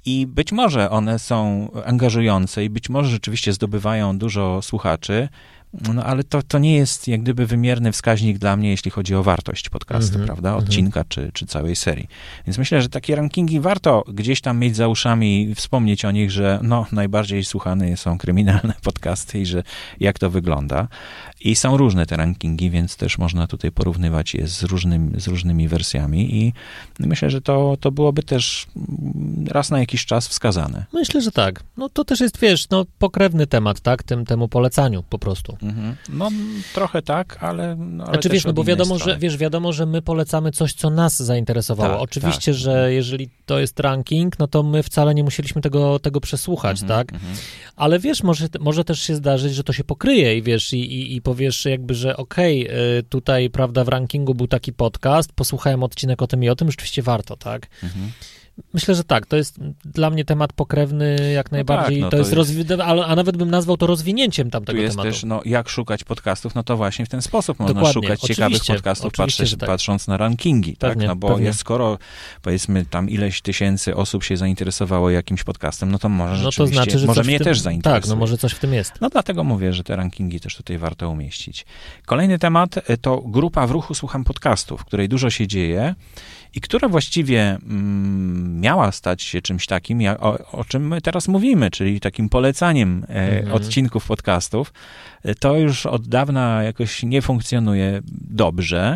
A: I być może one są angażujące i być może rzeczywiście zdobywają dużo słuchaczy, no ale to, to nie jest jak gdyby wymierny wskaźnik dla mnie, jeśli chodzi o wartość podcastu, mm-hmm, prawda, odcinka mm-hmm. czy, czy całej serii. Więc myślę, że takie rankingi warto gdzieś tam mieć za uszami i wspomnieć o nich, że no, najbardziej słuchane są kryminalne podcasty i że jak to wygląda. I są różne te rankingi, więc też można tutaj porównywać je z, różnym, z różnymi wersjami i myślę, że to, to byłoby też raz na jakiś czas wskazane.
D: Myślę, że tak. No to też jest, wiesz, no pokrewny temat, tak, tym, temu polecaniu po prostu.
A: Mhm. No trochę tak, ale... No, ale
D: znaczy wiesz, no bo wiadomo, że, wiesz, wiadomo, że my polecamy coś, co nas zainteresowało.
A: Tak,
D: Oczywiście,
A: tak.
D: że jeżeli to jest ranking, no to my wcale nie musieliśmy tego, tego przesłuchać,
A: Mhm,
D: tak?
A: mhm.
D: Ale wiesz, może, może też się zdarzyć, że to się pokryje i wiesz, i, i, i powiesz jakby, że okej, okay, tutaj, prawda, w rankingu był taki podcast, posłuchałem odcinek o tym i o tym, rzeczywiście warto, tak?
A: Mhm.
D: Myślę, że tak, to jest dla mnie temat pokrewny jak najbardziej,
A: tak, no
D: to,
A: to
D: jest,
A: jest...
D: rozwi- a, a nawet bym nazwał to rozwinięciem
A: Tu
D: tamtego
A: jest
D: tematu.
A: też, no, jak szukać podcastów, no to właśnie w ten sposób można
D: Dokładnie,
A: szukać ciekawych
D: oczywiście,
A: podcastów,
D: oczywiście,
A: patrzeć,
D: że tak.
A: patrząc na rankingi,
D: Pewnie,
A: tak? No bo
D: pewnie.
A: jest, skoro, powiedzmy, tam ileś tysięcy osób się zainteresowało jakimś podcastem, no to może
D: No to
A: rzeczywiście,
D: znaczy, że
A: może
D: coś
A: mnie
D: w tym,
A: też zainteresuje.
D: tak, no może coś w tym jest.
A: No dlatego mówię, że te rankingi też tutaj warto umieścić. Kolejny temat to grupa w ruchu Słucham Podcastów, w której dużo się dzieje i która właściwie mm, miała stać się czymś takim, jak, o, o czym my teraz mówimy, czyli takim polecaniem e,
D: Mhm.
A: odcinków podcastów. E, To już od dawna jakoś nie funkcjonuje dobrze.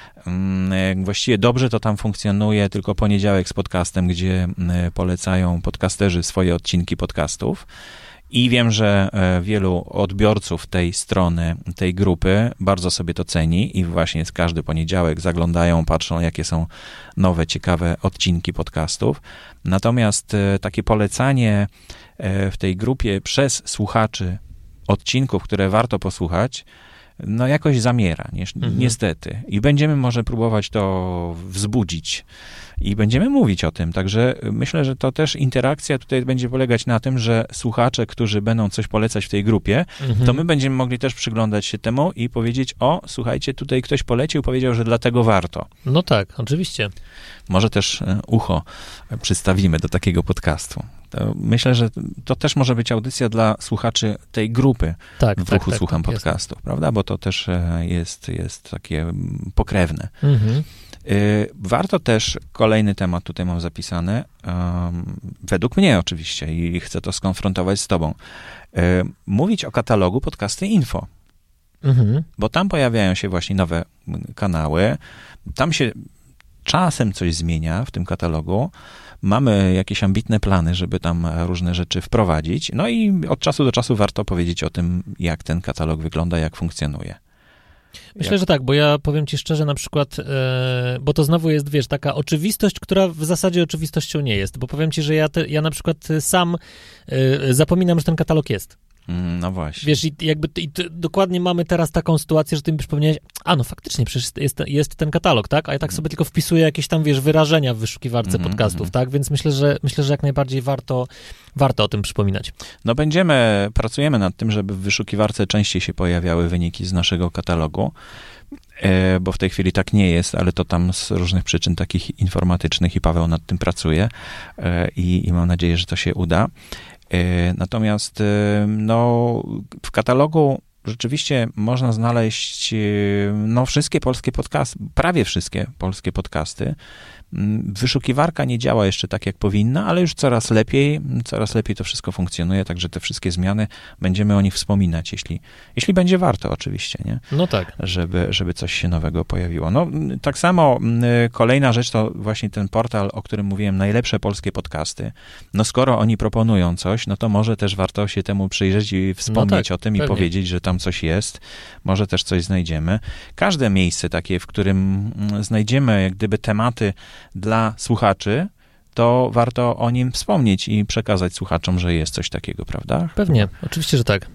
A: Mm, Właściwie dobrze to tam funkcjonuje tylko Poniedziałek z podcastem, gdzie mm, polecają podcasterzy swoje odcinki podcastów. I wiem, że e, wielu odbiorców tej strony, tej grupy bardzo sobie to ceni i właśnie z każdy poniedziałek zaglądają, patrzą, jakie są nowe, ciekawe odcinki podcastów. Natomiast e, takie polecanie e, w tej grupie przez słuchaczy odcinków, które warto posłuchać, no jakoś zamiera, ni-
D: Mhm.
A: niestety. I będziemy może próbować to wzbudzić i będziemy mówić o tym. Także myślę, że to też interakcja tutaj będzie polegać na tym, że słuchacze, którzy będą coś polecać w tej grupie,
D: Mhm.
A: to my będziemy mogli też przyglądać się temu i powiedzieć, o, słuchajcie, tutaj ktoś polecił, powiedział, że dlatego warto.
D: No tak, oczywiście.
A: Może też e, ucho przystawimy do takiego podcastu. To myślę, że to też może być audycja dla słuchaczy tej grupy
D: Tak,
A: w
D: tak,
A: ruchu
D: tak,
A: Słucham
D: tak,
A: podcastów, prawda? Bo to też e, jest, jest takie mm, pokrewne.
D: Mhm.
A: Y, Warto też, kolejny temat tutaj mam zapisany, um, według mnie oczywiście i chcę to skonfrontować z tobą, y, mówić o katalogu Podcasty Info,
D: Mhm.
A: bo tam pojawiają się właśnie nowe kanały, tam się czasem coś zmienia w tym katalogu, mamy jakieś ambitne plany, żeby tam różne rzeczy wprowadzić, no i od czasu do czasu warto powiedzieć o tym, jak ten katalog wygląda, jak funkcjonuje.
D: Myślę,
A: Jak-
D: że tak, bo ja powiem ci szczerze, na przykład, e, bo to znowu jest, wiesz, taka oczywistość, która w zasadzie oczywistością nie jest, bo powiem ci, że ja, te, ja na przykład sam e, zapominam, że ten katalog jest.
A: Mm, No właśnie.
D: Wiesz, i jakby i t- dokładnie mamy teraz taką sytuację, że ty mi przypomniałeś, a no faktycznie, przecież jest, jest ten katalog, tak? A ja tak sobie tylko wpisuję jakieś tam, wiesz, wyrażenia w wyszukiwarce
A: Mhm,
D: podcastów,
A: mhm.
D: tak? Więc myślę, że myślę, że jak najbardziej warto, warto o tym przypominać.
A: No będziemy, pracujemy nad tym, żeby w wyszukiwarce częściej się pojawiały wyniki z naszego katalogu, e, bo w tej chwili tak nie jest, ale to tam z różnych przyczyn takich informatycznych i Paweł nad tym pracuje e, i, i mam nadzieję, że to się uda. E, Natomiast e, no, w katalogu rzeczywiście można znaleźć e, no, wszystkie polskie podcasty, prawie wszystkie polskie podcasty. Mm, Wyszukiwarka nie działa jeszcze tak, jak powinna, ale już coraz lepiej, coraz lepiej to wszystko funkcjonuje, także te wszystkie zmiany, będziemy o nich wspominać, jeśli, jeśli będzie warto oczywiście, nie?
D: No tak.
A: Żeby, żeby coś się nowego pojawiło. No, mm, tak samo mm, kolejna rzecz to właśnie ten portal, o którym mówiłem, najlepsze polskie podcasty. No skoro oni proponują coś, no to może też warto się temu przyjrzeć i wspomnieć
D: tak,
A: o tym i
D: pewnie.
A: powiedzieć, że tam coś jest, może też coś znajdziemy. Każde miejsce takie, w którym mm, znajdziemy jak gdyby tematy dla słuchaczy, to warto o nim wspomnieć i przekazać słuchaczom, że jest coś takiego, prawda?
D: Pewnie, oczywiście, że tak.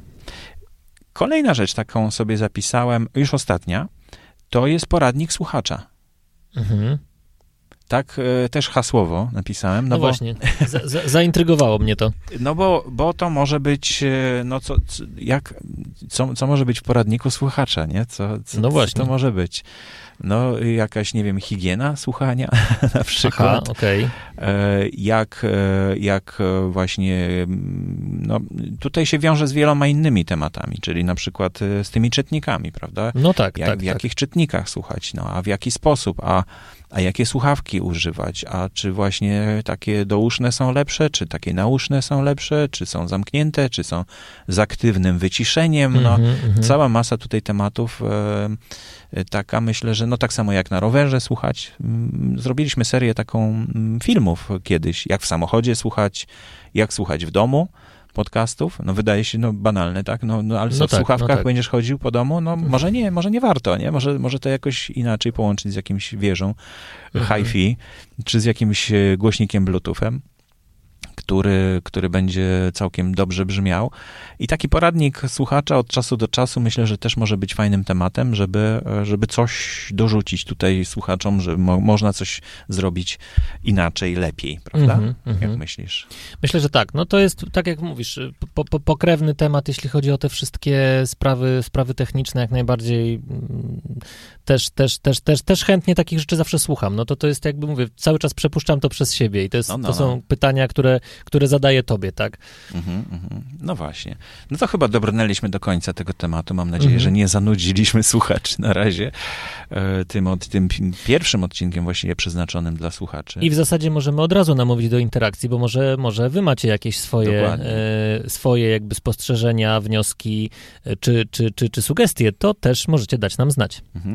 A: Kolejna rzecz, taką sobie zapisałem, już ostatnia, to jest poradnik słuchacza.
D: Mhm.
A: tak e, też hasłowo napisałem. No,
D: no
A: bo,
D: właśnie, za, za, zaintrygowało mnie to.
A: No bo, bo to może być, e, no co, co, jak, co, co może być w poradniku słuchacza, nie? Co, co,
D: no właśnie.
A: Co to może być? No, jakaś, nie wiem, higiena słuchania na przykład.
D: Aha, okej.
A: Okay. Jak, jak właśnie, no, tutaj się wiąże z wieloma innymi tematami, czyli na przykład z tymi czytnikami, prawda?
D: No tak,
A: jak,
D: tak.
A: W jakich tak. czytnikach słuchać, no, a w jaki sposób, a, a jakie słuchawki używać, a czy właśnie takie douszne są lepsze, czy takie nauszne są lepsze, czy są zamknięte, czy są z aktywnym wyciszeniem, no,
D: mm-hmm,
A: cała masa tutaj tematów, e, taka, myślę, że no tak samo jak na rowerze słuchać. Zrobiliśmy serię taką filmów kiedyś, jak w samochodzie słuchać, jak słuchać w domu podcastów. No wydaje się, no banalne, tak? No, no ale co,
D: no
A: w
D: tak,
A: słuchawkach
D: no tak.
A: będziesz chodził po domu? No może nie, może nie warto, nie? Może, może to jakoś inaczej połączyć z jakimś wieżą mhm. hi-fi, czy z jakimś głośnikiem bluetoothem, który, który będzie całkiem dobrze brzmiał. I taki poradnik słuchacza od czasu do czasu myślę, że też może być fajnym tematem, żeby, żeby coś dorzucić tutaj słuchaczom, że mo, można coś zrobić inaczej, lepiej, prawda? Mm-hmm, jak mm-hmm. myślisz?
D: Myślę, że tak. No to jest, tak jak mówisz, po, po, pokrewny temat, jeśli chodzi o te wszystkie sprawy, sprawy techniczne, jak najbardziej też, też, też, też, też chętnie takich rzeczy zawsze słucham. No to to jest, jakby mówię, cały czas przepuszczam to przez siebie i to, jest, no, no, to są no. pytania, które które zadaję tobie, tak? Mm-hmm,
A: mm-hmm. No właśnie. No to chyba dobrnęliśmy do końca tego tematu. Mam nadzieję, mm-hmm. że nie zanudziliśmy słuchaczy na razie e, tym, od, tym pierwszym odcinkiem właściwie przeznaczonym dla słuchaczy.
D: I w zasadzie możemy od razu namówić do interakcji, bo może, może wy macie jakieś swoje, e, swoje jakby spostrzeżenia, wnioski e, czy, czy, czy, czy sugestie, to też możecie dać nam znać. Mm-hmm.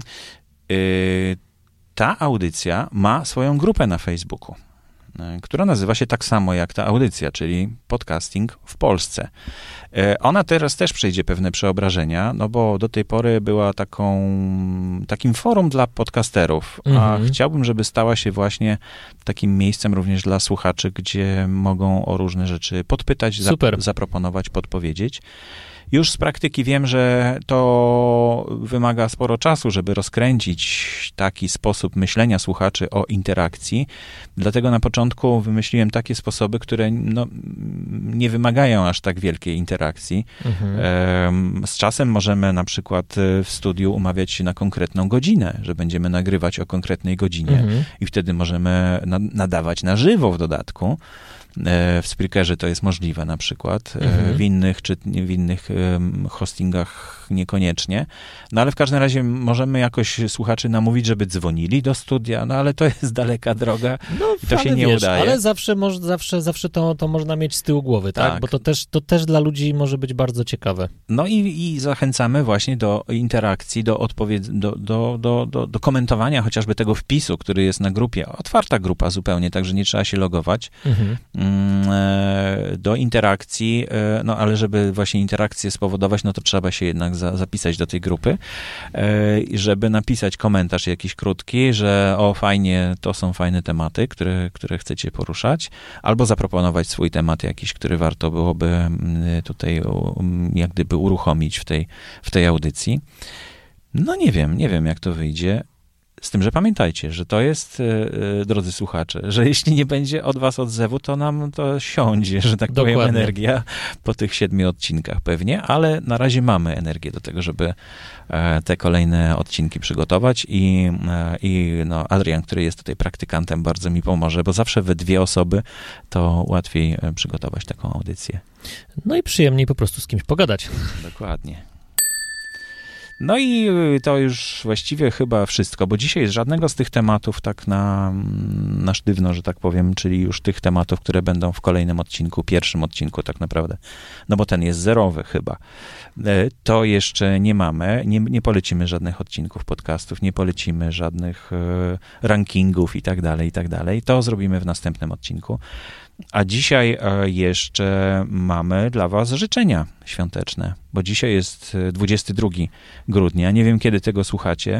A: Y, ta audycja ma swoją grupę na Facebooku, która nazywa się tak samo jak ta audycja, czyli Podcasting w Polsce. Ona teraz też przejdzie pewne przeobrażenia, no bo do tej pory była taką, takim forum dla podcasterów, a mhm. chciałbym, żeby stała się właśnie takim miejscem również dla słuchaczy, gdzie mogą o różne rzeczy podpytać, zap- zaproponować, podpowiedzieć. Już z praktyki wiem, że to wymaga sporo czasu, żeby rozkręcić taki sposób myślenia słuchaczy o interakcji. Dlatego na początku wymyśliłem takie sposoby, które no, nie wymagają aż tak wielkiej interakcji. Mhm. Z czasem możemy na przykład w studiu umawiać się na konkretną godzinę, że będziemy nagrywać o konkretnej godzinie mhm. i wtedy możemy nadawać na żywo w dodatku. W Spreakerze to jest możliwe na przykład, mhm. w innych czy w innych hostingach niekoniecznie. No ale w każdym razie możemy jakoś słuchaczy namówić, żeby dzwonili do studia, no ale to jest daleka droga no, i to się nie
D: wiesz,
A: udaje.
D: Ale zawsze, moż, zawsze, zawsze to, to można mieć z tyłu głowy, tak? tak? Bo to też, to też dla ludzi może być bardzo ciekawe.
A: No i, i zachęcamy właśnie do interakcji, do, odpowiedz- do, do, do, do, do komentowania chociażby tego wpisu, który jest na grupie. Otwarta grupa zupełnie, także nie trzeba się logować. Mhm. Do interakcji, no ale żeby właśnie interakcję spowodować, no to trzeba się jednak za, zapisać do tej grupy i żeby napisać komentarz jakiś krótki, że o fajnie, to są fajne tematy, które, które chcecie poruszać, albo zaproponować swój temat jakiś, który warto byłoby tutaj jak gdyby uruchomić w tej, w tej audycji. No nie wiem, nie wiem jak to wyjdzie. Z tym, że pamiętajcie, że to jest, yy, drodzy słuchacze, że jeśli nie będzie od was odzewu, to nam to siądzie, że tak
D: Dokładnie.
A: powiem, energia po tych siedmiu odcinkach pewnie, ale na razie mamy energię do tego, żeby e, te kolejne odcinki przygotować i, e, i no, Adrian, który jest tutaj praktykantem, bardzo mi pomoże, bo zawsze we dwie osoby to łatwiej przygotować taką audycję.
D: No i przyjemniej po prostu z kimś pogadać.
A: Dokładnie. No i to już właściwie chyba wszystko, bo dzisiaj żadnego z tych tematów tak na, na sztywno, że tak powiem, czyli już tych tematów, które będą w kolejnym odcinku, pierwszym odcinku tak naprawdę, no bo ten jest zerowy chyba, to jeszcze nie mamy, nie, nie polecimy żadnych odcinków podcastów, nie polecimy żadnych rankingów i tak dalej, i tak dalej. To zrobimy w następnym odcinku. A dzisiaj jeszcze mamy dla was życzenia świąteczne, bo dzisiaj jest dwudziestego drugiego grudnia. Nie wiem, kiedy tego słuchacie.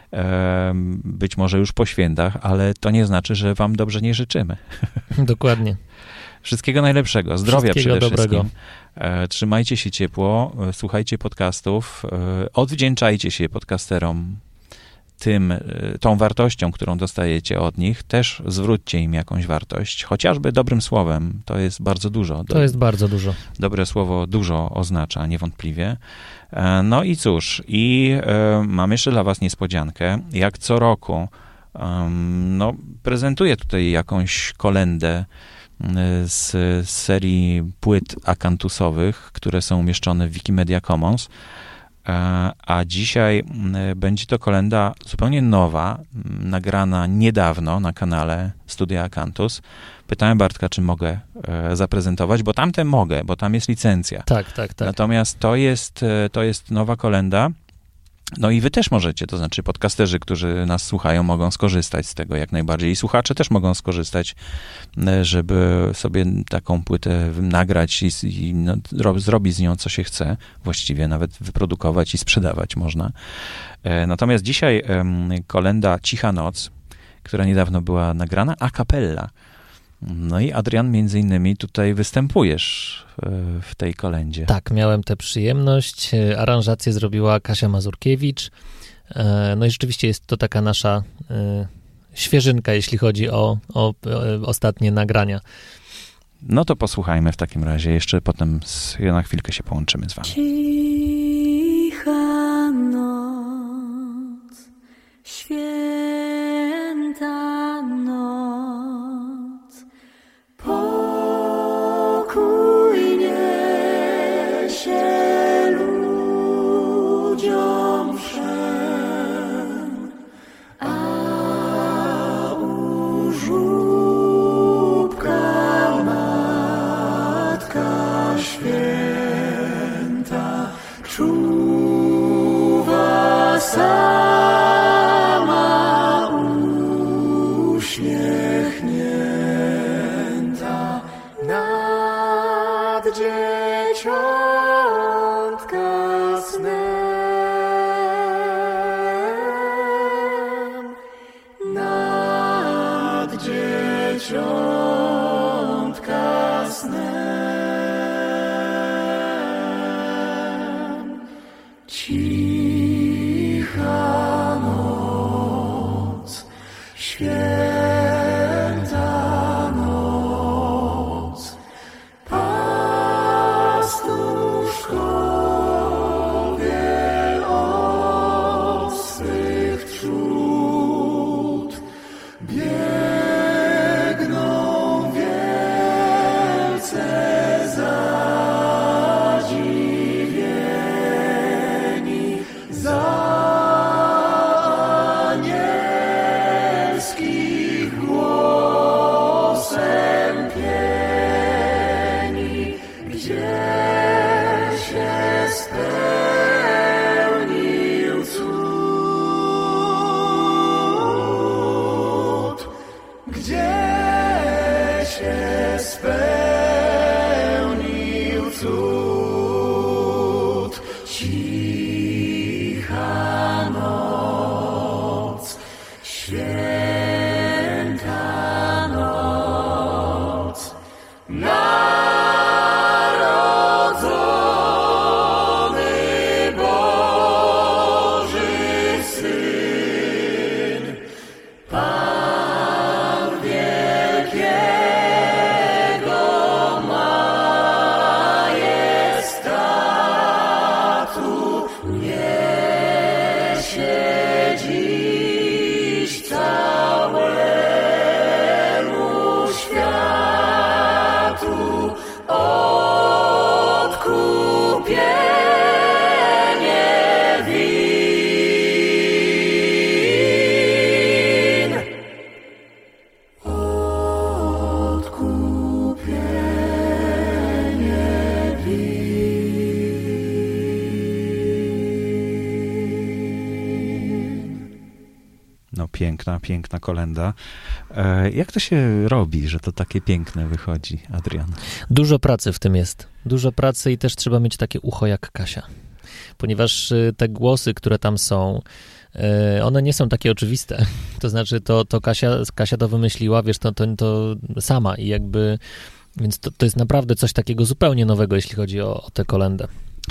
A: Być może już po świętach, ale to nie znaczy, że wam dobrze nie życzymy.
D: Dokładnie.
A: Wszystkiego najlepszego, zdrowia
D: Wszystkiego
A: przede
D: dobrego.
A: wszystkim. Trzymajcie się ciepło, słuchajcie podcastów, odwdzięczajcie się podcasterom tym, tą wartością, którą dostajecie od nich, też zwróćcie im jakąś wartość, chociażby dobrym słowem. To jest bardzo dużo.
D: To jest bardzo dużo.
A: Dobre słowo dużo oznacza, niewątpliwie. No i cóż, i mam jeszcze dla was niespodziankę. Jak co roku, no, prezentuję tutaj jakąś kolędę z serii płyt akantusowych, które są umieszczone w Wikimedia Commons. A dzisiaj będzie to kolenda zupełnie nowa, nagrana niedawno na kanale Studia Akantus. Pytałem Bartka, czy mogę zaprezentować, bo tamte mogę, bo tam jest licencja.
D: Tak, tak, tak.
A: Natomiast to jest, to jest nowa kolenda. No i wy też możecie, to znaczy podcasterzy, którzy nas słuchają, mogą skorzystać z tego jak najbardziej. I słuchacze też mogą skorzystać, żeby sobie taką płytę nagrać i, i no, zrobić z nią, co się chce. Właściwie nawet wyprodukować i sprzedawać można. Natomiast dzisiaj kolenda Cicha Noc, która niedawno była nagrana a cappella. No i Adrian, między innymi tutaj występujesz w tej kolędzie.
D: Tak, miałem tę przyjemność. Aranżację zrobiła Kasia Mazurkiewicz. No i rzeczywiście jest to taka nasza świeżynka, jeśli chodzi o, o, o ostatnie nagrania.
A: No to posłuchajmy w takim razie. Jeszcze potem z, na chwilkę się połączymy z wami.
E: Cicha noc, święta noc, pokój niesie ludziom wszem, a u żłóbka Matka Święta czuwa sama uśmiechnięta nad dzieciątka snem, nad dzieciątka snem. Cicha noc, święta noc, pastuszkowie od swych trzód biegną wielce zadziwieni za anielskich głosem pieni, gdzie się spełnił cud, gdzie się spełnił cud. Cicha noc, święta noc, narodzony Boży Syn, Pan wielkiego majestatu, niesie dziś całemu światu odkupienie win. Odkupienie win.
A: No piękna, piękna kolenda. E, jak to się robi, że to takie piękne wychodzi, Adrian?
D: Dużo pracy w tym jest. Dużo pracy i też trzeba mieć takie ucho jak Kasia. Ponieważ y, te głosy, które tam są, y, one nie są takie oczywiste. To znaczy, to, to Kasia, Kasia to wymyśliła, wiesz, to, to, to sama i jakby, więc to, to jest naprawdę coś takiego zupełnie nowego, jeśli chodzi o, o tę kolendę.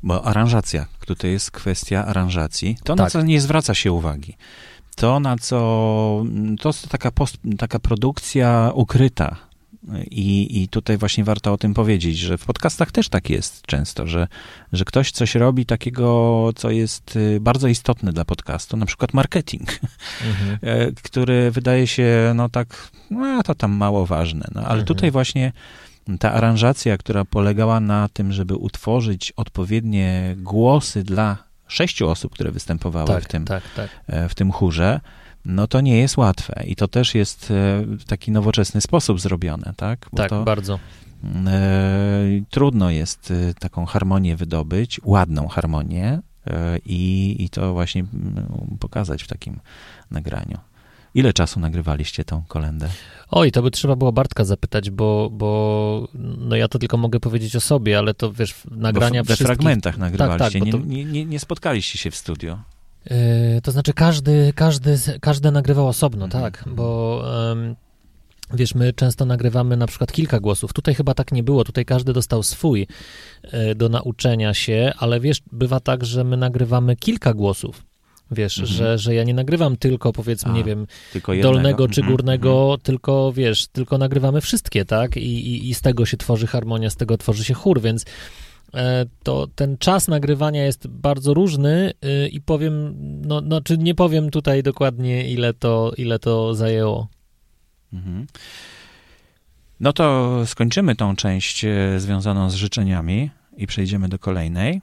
A: Bo aranżacja, tutaj jest kwestia aranżacji, to na
D: Tak.
A: co nie zwraca się uwagi. To na co, to jest taka, post, taka produkcja ukryta. I, I tutaj właśnie warto o tym powiedzieć, że w podcastach też tak jest często, że, że ktoś coś robi takiego, co jest bardzo istotne dla podcastu, na przykład marketing,
D: Mhm.
A: który wydaje się, no tak, no to tam mało ważne. No, ale
D: Mhm.
A: tutaj właśnie ta aranżacja, która polegała na tym, żeby utworzyć odpowiednie głosy dla sześciu osób, które występowały
D: Tak,
A: w tym,
D: tak, tak.
A: w tym chórze, no to nie jest łatwe. I to też jest w taki nowoczesny sposób zrobione, tak? Bo
D: Tak,
A: to,
D: bardzo.
A: e, trudno jest e, taką harmonię wydobyć, ładną harmonię e, i, i to właśnie mm, pokazać w takim nagraniu. Ile czasu nagrywaliście tą kolędę?
D: Oj, to by trzeba było Bartka zapytać, bo, bo no ja to tylko mogę powiedzieć o sobie, ale to wiesz, nagrania
A: Bo we
D: wszystkich...
A: fragmentach nagrywaliście,
D: tak, bo to-
A: nie, nie, nie, nie spotkaliście się w studio.
D: Yy, to znaczy każdy, każdy, każdy nagrywał osobno,
A: Mhm.
D: tak, bo em, wiesz, my często nagrywamy na przykład kilka głosów. Tutaj chyba tak nie było, tutaj każdy dostał swój e, do nauczenia się, ale wiesz, bywa tak, że my nagrywamy kilka głosów. Wiesz,
A: Mhm.
D: że, że ja nie nagrywam tylko, powiedzmy,
A: A,
D: nie wiem,
A: Tylko jednego.
D: dolnego czy
A: Mhm,
D: górnego,
A: mhm.
D: tylko wiesz, tylko nagrywamy wszystkie, tak? I, i, i z tego się tworzy harmonia, z tego tworzy się chór, więc e, to ten czas nagrywania jest bardzo różny y, i powiem, no, no czy nie powiem tutaj dokładnie, ile to, ile to zajęło.
A: Mhm. No to skończymy tą część e, związaną z życzeniami i przejdziemy do kolejnej.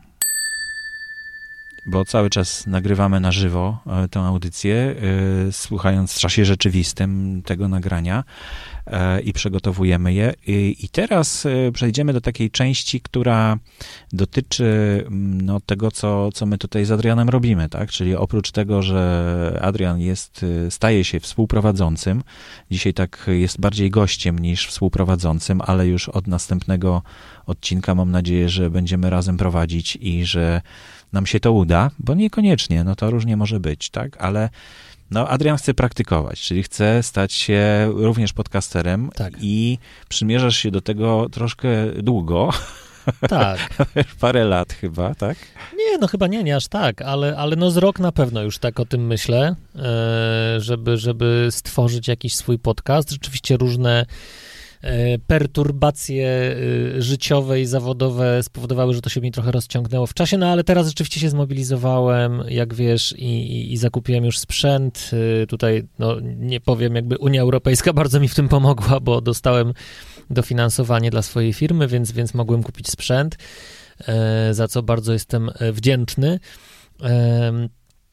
A: Bo cały czas nagrywamy na żywo e, tę audycję, e, słuchając w czasie rzeczywistym tego nagrania e, i przygotowujemy je. I, i teraz e, przejdziemy do takiej części, która dotyczy mm, no, tego, co, co my tutaj z Adrianem robimy, tak? Czyli oprócz tego, że Adrian jest, e, staje się współprowadzącym, dzisiaj tak jest bardziej gościem niż współprowadzącym, ale już od następnego odcinka mam nadzieję, że będziemy razem prowadzić i że nam się to uda, bo niekoniecznie, no to różnie może być, tak, ale no Adrian chce praktykować, czyli chce stać się również podcasterem
D: Tak.
A: i przymierzasz się do tego troszkę długo,
D: Tak.
A: parę lat chyba, tak?
D: Nie, no chyba nie, nie aż tak, ale, ale no z rok na pewno już tak o tym myślę, e, żeby, żeby stworzyć jakiś swój podcast. Rzeczywiście różne e, perturbacje e, życiowe i zawodowe spowodowały, że to się mi trochę rozciągnęło w czasie, no ale teraz rzeczywiście się zmobilizowałem, jak wiesz, i, i, i zakupiłem już sprzęt. E, tutaj, no nie powiem, jakby Unia Europejska bardzo mi w tym pomogła, bo dostałem dofinansowanie dla swojej firmy, więc, więc mogłem kupić sprzęt, e, za co bardzo jestem e, wdzięczny. E,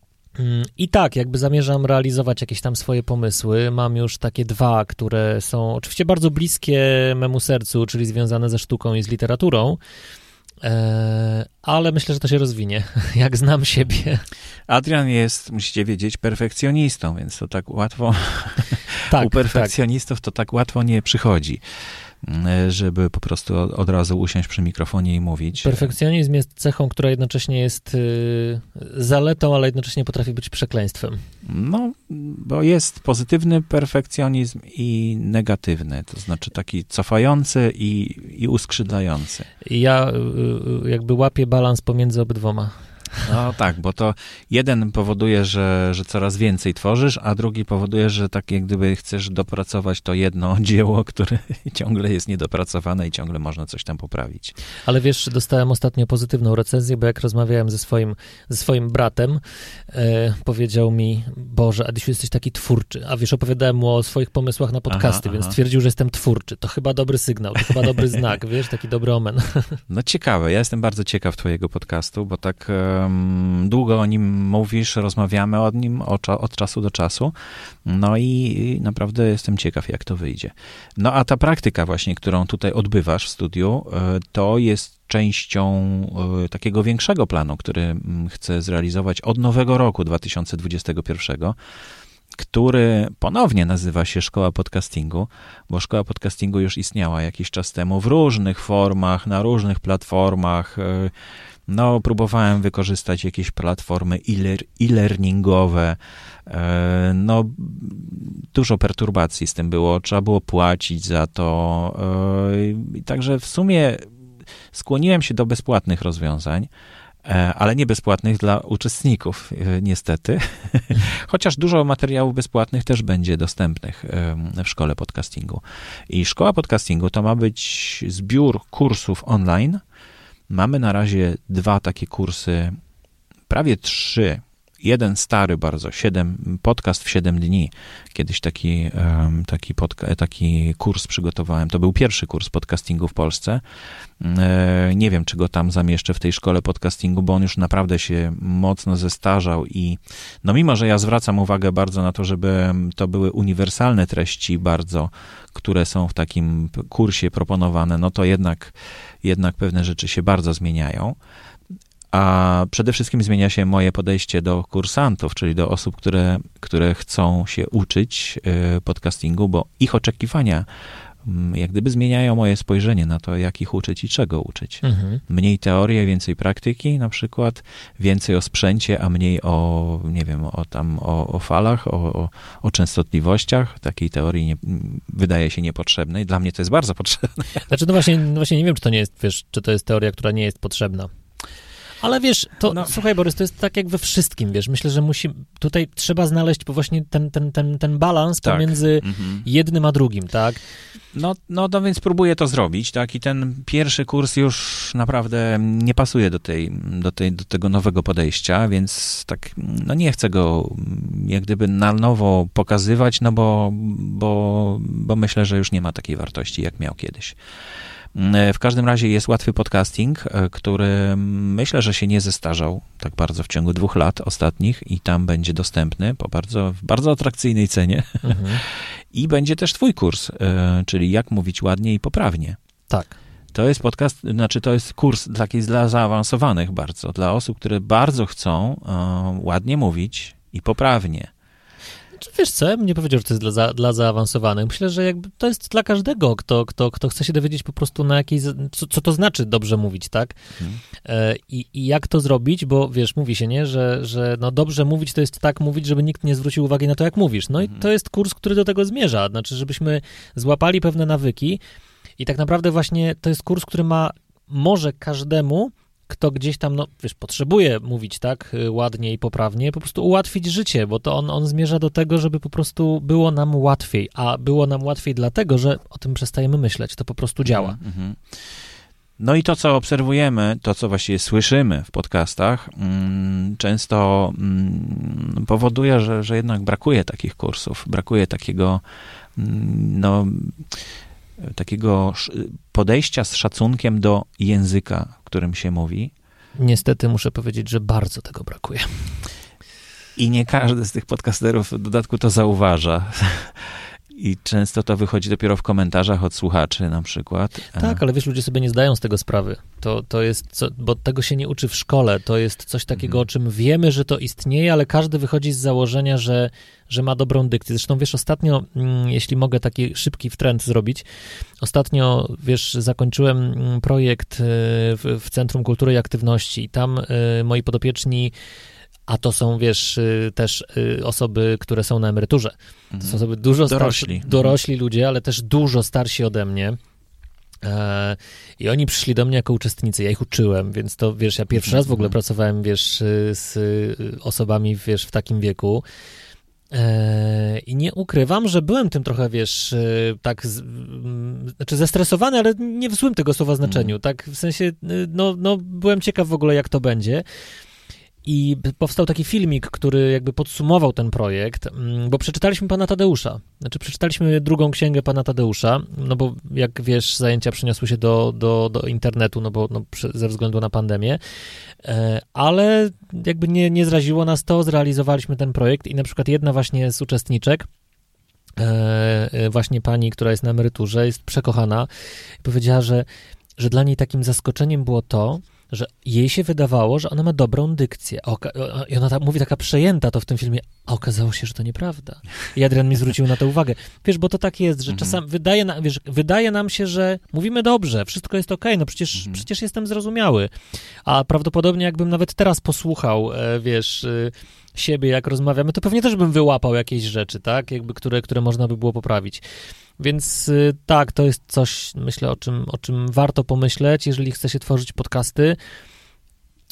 D: I tak, jakby zamierzam realizować jakieś tam swoje pomysły. Mam już takie dwa, które są oczywiście bardzo bliskie memu sercu, czyli związane ze sztuką i z literaturą, e, ale myślę, że to się rozwinie, jak znam siebie.
A: Adrian jest, musicie wiedzieć, perfekcjonistą, więc to tak łatwo,
D: Tak,
A: u perfekcjonistów to tak łatwo nie przychodzi, żeby po prostu od razu usiąść przy mikrofonie i mówić.
D: Perfekcjonizm jest cechą, która jednocześnie jest y, zaletą, ale jednocześnie potrafi być przekleństwem.
A: No, bo jest pozytywny perfekcjonizm i negatywny, to znaczy taki cofający i, i uskrzydlający.
D: I ja y, y, jakby łapię balans pomiędzy obydwoma.
A: No tak, bo to jeden powoduje, że, że coraz więcej tworzysz, a drugi powoduje, że tak jak gdyby chcesz dopracować to jedno dzieło, które ciągle jest niedopracowane i ciągle można coś tam poprawić.
D: Ale wiesz, dostałem ostatnio pozytywną recenzję, bo jak rozmawiałem ze swoim, ze swoim bratem, e, powiedział mi, Boże, Adysiu, jesteś taki twórczy. A wiesz, opowiadałem mu o swoich pomysłach na podcasty,
A: Aha,
D: więc
A: aha.
D: twierdził, że jestem twórczy. To chyba dobry sygnał, to chyba dobry znak, wiesz, taki dobry omen.
A: No ciekawe, ja jestem bardzo ciekaw twojego podcastu, bo tak um, długo o nim mówisz, rozmawiamy o nim o cza- od czasu do czasu, no i, i naprawdę jestem ciekaw, jak to wyjdzie. No a ta praktyka właśnie, którą tutaj odbywasz w studiu, y, to jest częścią y, takiego większego planu, który mm, chcę zrealizować od nowego roku dwa tysiące dwudziestego pierwszego, który ponownie nazywa się Szkoła Podcastingu, bo Szkoła Podcastingu już istniała jakiś czas temu w różnych formach, na różnych platformach. No, próbowałem wykorzystać jakieś platformy e-lear- e-learningowe. No, dużo perturbacji z tym było, trzeba było płacić za to. Także w sumie skłoniłem się do bezpłatnych rozwiązań, ale nie bezpłatnych dla uczestników, niestety. Chociaż dużo materiałów bezpłatnych też będzie dostępnych w szkole podcastingu. I szkoła podcastingu to ma być zbiór kursów online. Mamy na razie dwa takie kursy, prawie trzy. Jeden stary bardzo, siedem, podcast w siedem dni. Kiedyś taki, taki, podca- taki kurs przygotowałem. To był pierwszy kurs podcastingu w Polsce. Nie wiem, czy go tam zamieszczę w tej szkole podcastingu, bo on już naprawdę się mocno zestarzał i no mimo, że ja zwracam uwagę bardzo na to, żeby to były uniwersalne treści bardzo, które są w takim kursie proponowane, no to jednak, jednak pewne rzeczy się bardzo zmieniają. A przede wszystkim zmienia się moje podejście do kursantów, czyli do osób, które, które chcą się uczyć podcastingu, bo ich oczekiwania jak gdyby zmieniają moje spojrzenie na to, jak ich uczyć i czego uczyć. Mhm. Mniej teorii, więcej praktyki na przykład, więcej o sprzęcie, a mniej o, nie wiem, o tam, o, o falach, o, o, o częstotliwościach. Takiej teorii nie, wydaje się niepotrzebnej. Dla mnie to jest bardzo potrzebne.
D: Znaczy, no właśnie, no właśnie nie wiem, czy to nie jest, wiesz, czy to jest teoria, która nie jest potrzebna. Ale wiesz, to no. Słuchaj, Borys, to jest tak jak we wszystkim, wiesz, myślę, że musi, tutaj trzeba znaleźć właśnie ten, ten, ten, ten balans tak. pomiędzy mhm. jednym a drugim, tak?
A: No, no, no więc próbuję to zrobić, tak, i ten pierwszy kurs już naprawdę nie pasuje do tej, do tej, do tego nowego podejścia, więc tak, no nie chcę go jak gdyby na nowo pokazywać, no bo, bo, bo myślę, że już nie ma takiej wartości, jak miał kiedyś. W każdym razie jest łatwy podcasting, który myślę, że się nie zestarzał tak bardzo w ciągu dwóch lat ostatnich i tam będzie dostępny po bardzo, w bardzo atrakcyjnej cenie. Mhm. I będzie też twój kurs, czyli jak mówić ładnie i poprawnie.
D: Tak.
A: To jest podcast, znaczy to jest kurs taki dla zaawansowanych bardzo, dla osób, które bardzo chcą ładnie mówić i poprawnie.
D: Wiesz co, ja bym nie powiedział, że to jest dla, za, dla zaawansowanych. Myślę, że jakby to jest dla każdego, kto, kto, kto chce się dowiedzieć po prostu na jakiej, co, co to znaczy dobrze mówić, tak? Hmm. E, i, I jak to zrobić, bo wiesz, mówi się, nie, że, że no dobrze mówić to jest tak mówić, żeby nikt nie zwrócił uwagi na to, jak mówisz. No hmm. i to jest kurs, który do tego zmierza, znaczy, żebyśmy złapali pewne nawyki i tak naprawdę właśnie to jest kurs, który ma, może każdemu, kto gdzieś tam, no wiesz, potrzebuje mówić tak ładnie i poprawnie, po prostu ułatwić życie, bo to on, on zmierza do tego, żeby po prostu było nam łatwiej, a było nam łatwiej dlatego, że o tym przestajemy myśleć, to po prostu działa. Mm-hmm.
A: No i to, co obserwujemy, to, co właściwie słyszymy w podcastach, mm, często mm, powoduje, że, że jednak brakuje takich kursów, brakuje takiego, mm, no... takiego podejścia z szacunkiem do języka, którym się mówi.
D: Niestety muszę powiedzieć, że bardzo tego brakuje.
A: I nie każdy z tych podcasterów w dodatku to zauważa. I często to wychodzi dopiero w komentarzach od słuchaczy na przykład.
D: Tak, ale wiesz, ludzie sobie nie zdają z tego sprawy. To, to jest, co, bo tego się nie uczy w szkole. To jest coś takiego, mm. o czym wiemy, że to istnieje, ale każdy wychodzi z założenia, że, że ma dobrą dykcję. Zresztą wiesz, ostatnio, jeśli mogę taki szybki wtręt zrobić, ostatnio, wiesz, zakończyłem projekt w, w Centrum Kultury i Aktywności i tam moi podopieczni, a to są, wiesz, też osoby, które są na emeryturze. To są osoby dużo
A: dorośli.
D: starsi, dorośli ludzie, ale też dużo starsi ode mnie. E, I oni przyszli do mnie jako uczestnicy, ja ich uczyłem, więc to, wiesz, ja pierwszy raz w ogóle pracowałem, wiesz, z osobami, wiesz, w takim wieku. E, I nie ukrywam, że byłem tym trochę, wiesz, tak, z, znaczy zestresowany, ale nie w złym tego słowa znaczeniu, mm. tak, w sensie, no, no, byłem ciekaw w ogóle, jak to będzie. I powstał taki filmik, który jakby podsumował ten projekt, bo przeczytaliśmy pana Tadeusza. Znaczy przeczytaliśmy drugą księgę pana Tadeusza, no bo jak wiesz, zajęcia przeniosły się do, do, do internetu, no bo no, ze względu na pandemię, ale jakby nie, nie zraziło nas to, zrealizowaliśmy ten projekt i na przykład jedna właśnie z uczestniczek, właśnie pani, która jest na emeryturze, jest przekochana i powiedziała, że, że dla niej takim zaskoczeniem było to, że jej się wydawało, że ona ma dobrą dykcję. I ona ta, mówi taka przejęta to w tym filmie, a okazało się, że to nieprawda. I Adrian mi zwrócił na to uwagę. Wiesz, bo to tak jest, że mhm. czasem wydaje, na, wiesz, wydaje nam się, że mówimy dobrze, wszystko jest okej, okay, no przecież, mhm. przecież jestem zrozumiały. A prawdopodobnie jakbym nawet teraz posłuchał, wiesz, siebie, jak rozmawiamy, to pewnie też bym wyłapał jakieś rzeczy, tak, jakby, które, które można by było poprawić. Więc tak, to jest coś, myślę, o czym, o czym warto pomyśleć, jeżeli chce się tworzyć podcasty.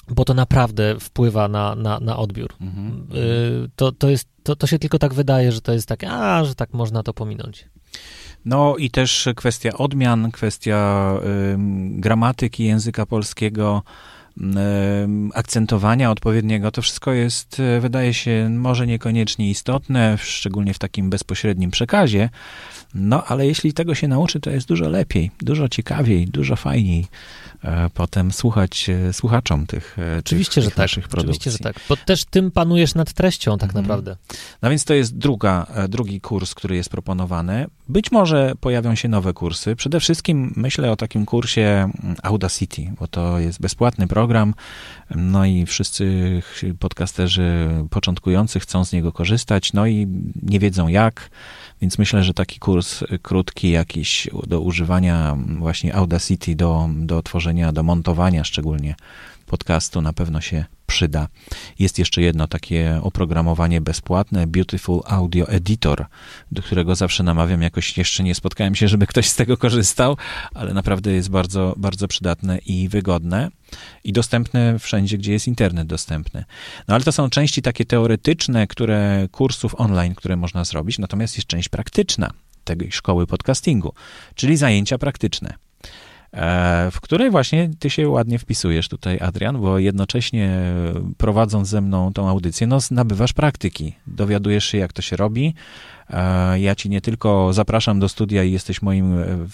D: bo to naprawdę wpływa na, na, na odbiór.
A: Mhm.
D: Y, to, to, jest, to, to się tylko tak wydaje, że to jest takie, a, że tak można to pominąć.
A: No i też kwestia odmian, kwestia y, gramatyki języka polskiego, y, akcentowania odpowiedniego, to wszystko jest, y, wydaje się, może niekoniecznie istotne, szczególnie w takim bezpośrednim przekazie, no ale jeśli tego się nauczy, to jest dużo lepiej, dużo ciekawiej, dużo fajniej y, potem słuchać y, słuchaczom tych, y,
D: Oczywiście,
A: tych,
D: że
A: tych
D: tak.
A: naszych produkcji.
D: Oczywiście, że tak. Bo też tym panujesz nad treścią tak
A: Mhm.
D: naprawdę.
A: No więc to jest druga, drugi kurs, który jest proponowany. Być może pojawią się nowe kursy. Przede wszystkim myślę o takim kursie Audacity, bo to jest bezpłatny program, no i wszyscy podcasterzy początkujący chcą z niego korzystać, no i nie wiedzą jak, więc myślę, że taki kurs krótki jakiś do używania właśnie Audacity, do, do tworzenia, do montowania szczególnie podcastu na pewno się przyda. Jest jeszcze jedno takie oprogramowanie bezpłatne, Beautiful Audio Editor, do którego zawsze namawiam, jakoś jeszcze nie spotkałem się, żeby ktoś z tego korzystał, ale naprawdę jest bardzo, bardzo przydatne i wygodne i dostępne wszędzie, gdzie jest internet dostępny. No ale to są części takie teoretyczne, które kursów online, które można zrobić, natomiast jest część praktyczna tej szkoły podcastingu, czyli zajęcia praktyczne, w której właśnie ty się ładnie wpisujesz tutaj, Adrian, bo jednocześnie prowadząc ze mną tą audycję, no nabywasz praktyki, dowiadujesz się, jak to się robi. Ja ci nie tylko zapraszam do studia i jesteś moim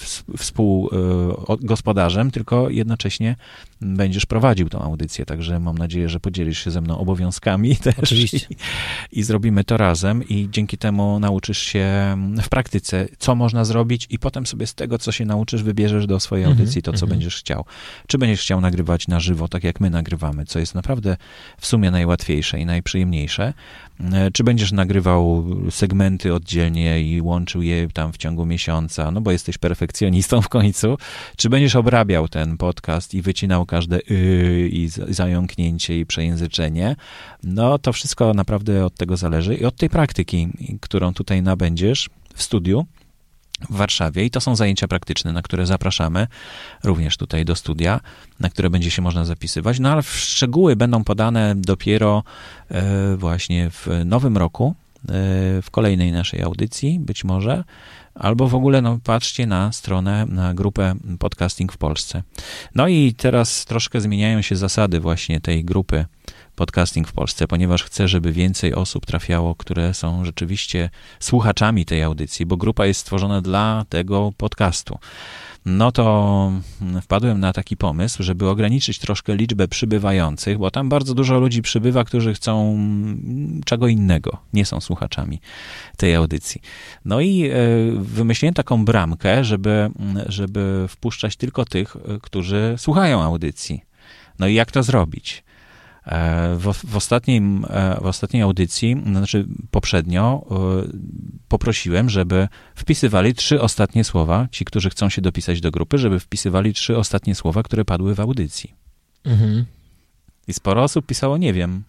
A: współgospodarzem, tylko jednocześnie będziesz prowadził tą audycję, także mam nadzieję, że podzielisz się ze mną obowiązkami też.
D: Oczywiście.
A: I, i zrobimy to razem i dzięki temu nauczysz się w praktyce, co można zrobić i potem sobie z tego, co się nauczysz, wybierzesz do swojej audycji to, co mm-hmm. będziesz chciał. Czy będziesz chciał nagrywać na żywo, tak jak my nagrywamy, co jest naprawdę w sumie najłatwiejsze i najprzyjemniejsze. Czy będziesz nagrywał segmenty oddzielnie i łączył je tam w ciągu miesiąca, no bo jesteś perfekcjonistą w końcu. Czy będziesz obrabiał ten podcast i wycinał każde y i zająknięcie i przejęzyczenie. No to wszystko naprawdę od tego zależy i od tej praktyki, którą tutaj nabędziesz w studiu w Warszawie i to są zajęcia praktyczne, na które zapraszamy również tutaj do studia, na które będzie się można zapisywać, no ale szczegóły będą podane dopiero e, właśnie w nowym roku, e, w kolejnej naszej audycji być może, albo w ogóle no, patrzcie na stronę, na grupę Podcasting w Polsce. No i teraz troszkę zmieniają się zasady właśnie tej grupy Podcasting w Polsce, ponieważ chcę, żeby więcej osób trafiało, które są rzeczywiście słuchaczami tej audycji, bo grupa jest stworzona dla tego podcastu. No to wpadłem na taki pomysł, żeby ograniczyć troszkę liczbę przybywających, bo tam bardzo dużo ludzi przybywa, którzy chcą czego innego, nie są słuchaczami tej audycji. No i wymyśliłem taką bramkę, żeby, żeby wpuszczać tylko tych, którzy słuchają audycji. No i jak to zrobić? W, w, ostatnim, w ostatniej audycji, znaczy poprzednio, poprosiłem, żeby wpisywali trzy ostatnie słowa, ci, którzy chcą się dopisać do grupy, żeby wpisywali trzy ostatnie słowa, które padły w audycji. Mhm. I sporo osób pisało, nie wiem.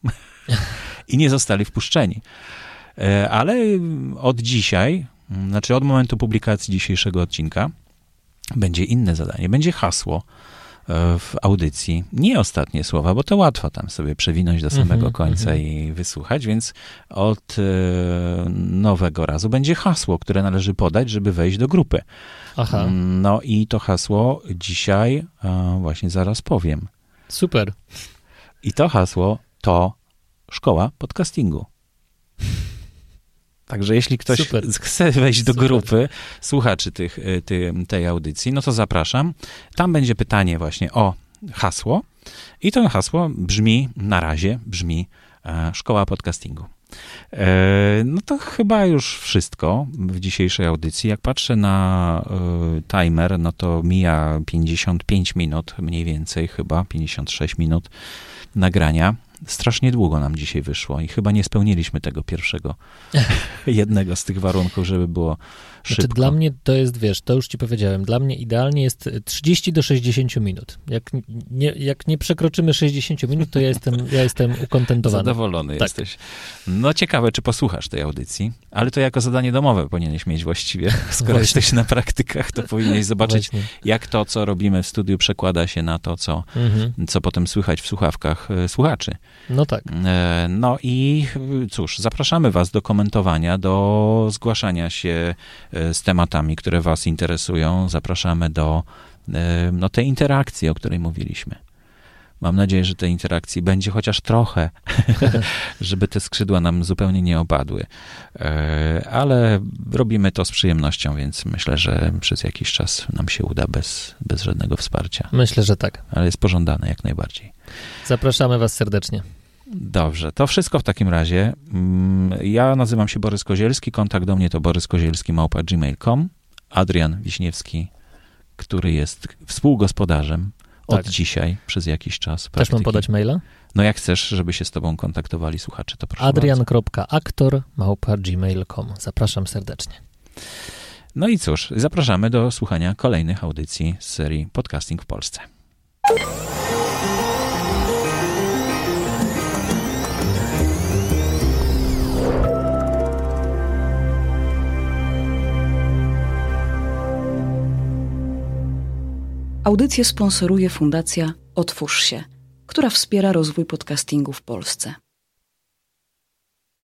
A: I nie zostali wpuszczeni. Ale od dzisiaj, znaczy od momentu publikacji dzisiejszego odcinka, będzie inne zadanie, będzie hasło w audycji. Nie ostatnie słowa, bo to łatwo tam sobie przewinąć do samego mm-hmm, końca mm-hmm. i wysłuchać, więc od e, nowego razu będzie hasło, które należy podać, żeby wejść do grupy. Aha. No i to hasło dzisiaj e, właśnie zaraz powiem.
D: Super.
A: I to hasło to Szkoła Podcastingu. Także jeśli ktoś Super. chce wejść do Super. grupy słuchaczy tych, ty, tej audycji, no to zapraszam. Tam będzie pytanie właśnie o hasło i to hasło brzmi, na razie brzmi e, Szkoła Podcastingu. E, no to chyba już wszystko w dzisiejszej audycji. Jak patrzę na e, timer, no to mija pięćdziesiąt pięć minut, mniej więcej chyba, pięćdziesiąt sześć minut nagrania. strasznie długo nam dzisiaj wyszło i chyba nie spełniliśmy tego pierwszego, jednego z tych warunków, żeby było szybko.
D: Znaczy, dla mnie to jest, wiesz, to już ci powiedziałem, dla mnie idealnie jest trzydzieści do sześćdziesięciu minut. Jak nie, jak nie przekroczymy sześćdziesięciu minut, to ja jestem, ja jestem ukontentowany.
A: Zadowolony
D: tak.
A: jesteś. No ciekawe, czy posłuchasz tej audycji, ale to jako zadanie domowe powinieneś mieć właściwie. Skoro
D: Właśnie.
A: jesteś na praktykach, to powinieneś zobaczyć,
D: Właśnie.
A: jak to, co robimy w studiu, przekłada się na to, co,
D: Mhm.
A: co potem słychać w słuchawkach e, słuchaczy.
D: No tak.
A: E, No i e, cóż, zapraszamy was do komentowania, do zgłaszania się e, z tematami, które was interesują. Zapraszamy do e, no, tej interakcji, o której mówiliśmy. Mam nadzieję, że tej interakcji będzie chociaż trochę, żeby te skrzydła nam zupełnie nie opadły. E, Ale robimy to z przyjemnością, więc myślę, że przez jakiś czas nam się uda bez, bez żadnego wsparcia.
D: Myślę, że tak.
A: Ale jest pożądane jak najbardziej.
D: Zapraszamy was serdecznie.
A: Dobrze, to wszystko w takim razie. Mm, Ja nazywam się Borys Kozielski, kontakt do mnie to boryskozielski małpa gmail kropka com. Adrian Wiśniewski, który jest współgospodarzem od
D: Tak.
A: dzisiaj przez jakiś czas.
D: Też
A: praktyki.
D: mam podać maila?
A: No jak chcesz, żeby się z tobą kontaktowali słuchacze, to proszę bardzo.
D: adrian kropka aktor małpa gmail kropka com. Zapraszam serdecznie.
A: No i cóż, zapraszamy do słuchania kolejnych audycji z serii Podcasting w Polsce.
F: Audycję sponsoruje Fundacja Otwórz się, która wspiera rozwój podcastingu w Polsce.